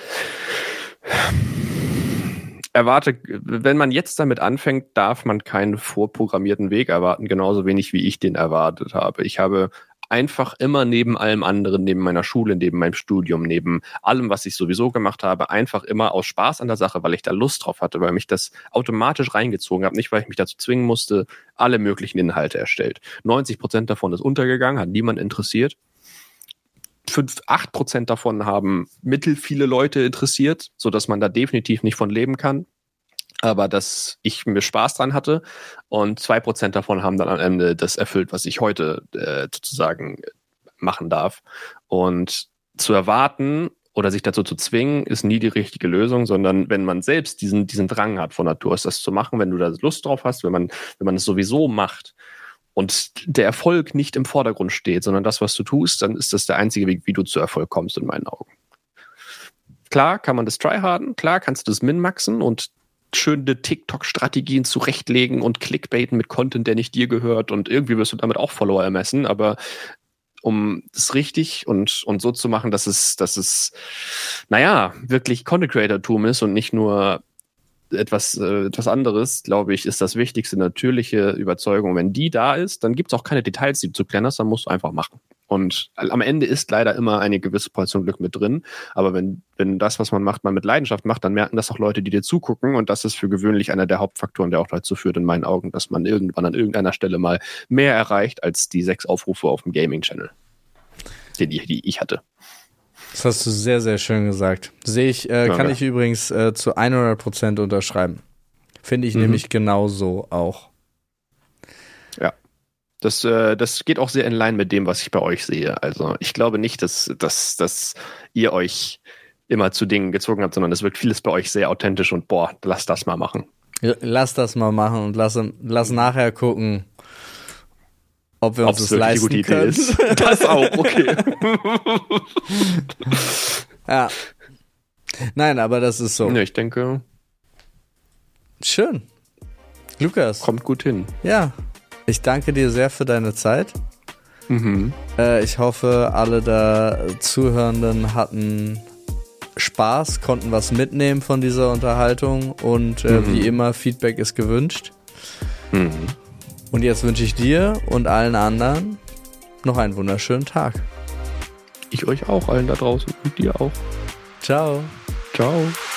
erwarte, wenn man jetzt damit anfängt, darf man keinen vorprogrammierten Weg erwarten, genauso wenig wie ich den erwartet habe. Ich habe einfach immer neben allem anderen, neben meiner Schule, neben meinem Studium, neben allem, was ich sowieso gemacht habe, einfach immer aus Spaß an der Sache, weil ich da Lust drauf hatte, weil mich das automatisch reingezogen hat, nicht weil ich mich dazu zwingen musste, alle möglichen Inhalte erstellt. neunzig Prozent davon ist untergegangen, hat niemand interessiert. fünf, acht Prozent davon haben mittel viele Leute interessiert, sodass man da definitiv nicht von leben kann. Aber dass ich mir Spaß dran hatte und zwei Prozent davon haben dann am Ende das erfüllt, was ich heute äh, sozusagen machen darf. Und zu erwarten oder sich dazu zu zwingen, ist nie die richtige Lösung, sondern wenn man selbst diesen, diesen Drang hat von Natur aus, das zu machen, wenn du da Lust drauf hast, wenn man, wenn man es sowieso macht, und der Erfolg nicht im Vordergrund steht, sondern das, was du tust, dann ist das der einzige Weg, wie du zu Erfolg kommst, in meinen Augen. Klar kann man das tryharden, klar kannst du das minmaxen und schöne TikTok-Strategien zurechtlegen und clickbaiten mit Content, der nicht dir gehört, und irgendwie wirst du damit auch Follower ermessen, aber um es richtig und, und so zu machen, dass es, dass es, naja, wirklich Content-Creator-Tum ist und nicht nur etwas, äh, etwas anderes, glaube ich, ist das wichtigste natürliche Überzeugung. Wenn die da ist, dann gibt es auch keine Details, die du zu klären hast, dann musst du einfach machen. Und am Ende ist leider immer eine gewisse Portion Glück mit drin. Aber wenn, wenn das, was man macht, man mit Leidenschaft macht, dann merken das auch Leute, die dir zugucken. Und das ist für gewöhnlich einer der Hauptfaktoren, der auch dazu führt, in meinen Augen, dass man irgendwann an irgendeiner Stelle mal mehr erreicht als die sechs Aufrufe auf dem Gaming-Channel, die, die ich hatte. Das hast du sehr, sehr schön gesagt. Sehe ich, äh, kann okay. ich übrigens äh, zu hundert Prozent unterschreiben. Finde ich mhm. nämlich genauso auch. Ja. Das, äh, das geht auch sehr in line mit dem, was ich bei euch sehe. Also ich glaube nicht, dass, dass, dass ihr euch immer zu Dingen gezogen habt, sondern es wirkt vieles bei euch sehr authentisch und boah, lass das mal machen. Lass das mal machen und lass, lass nachher gucken, ob wir uns Ob's das leisten eine gute können. Idee ist. Das auch, okay. Ja. Nein, aber das ist so. Ja, ich denke, schön. Lukas. kommt gut hin. Ja. Ich danke dir sehr für deine Zeit. Mhm. Äh, ich hoffe, alle da Zuhörenden hatten Spaß, konnten was mitnehmen von dieser Unterhaltung und äh, Mhm. wie immer, Feedback ist gewünscht. Mhm. Und jetzt wünsche ich dir und allen anderen noch einen wunderschönen Tag. Ich euch auch, allen da draußen und dir auch. Ciao. Ciao.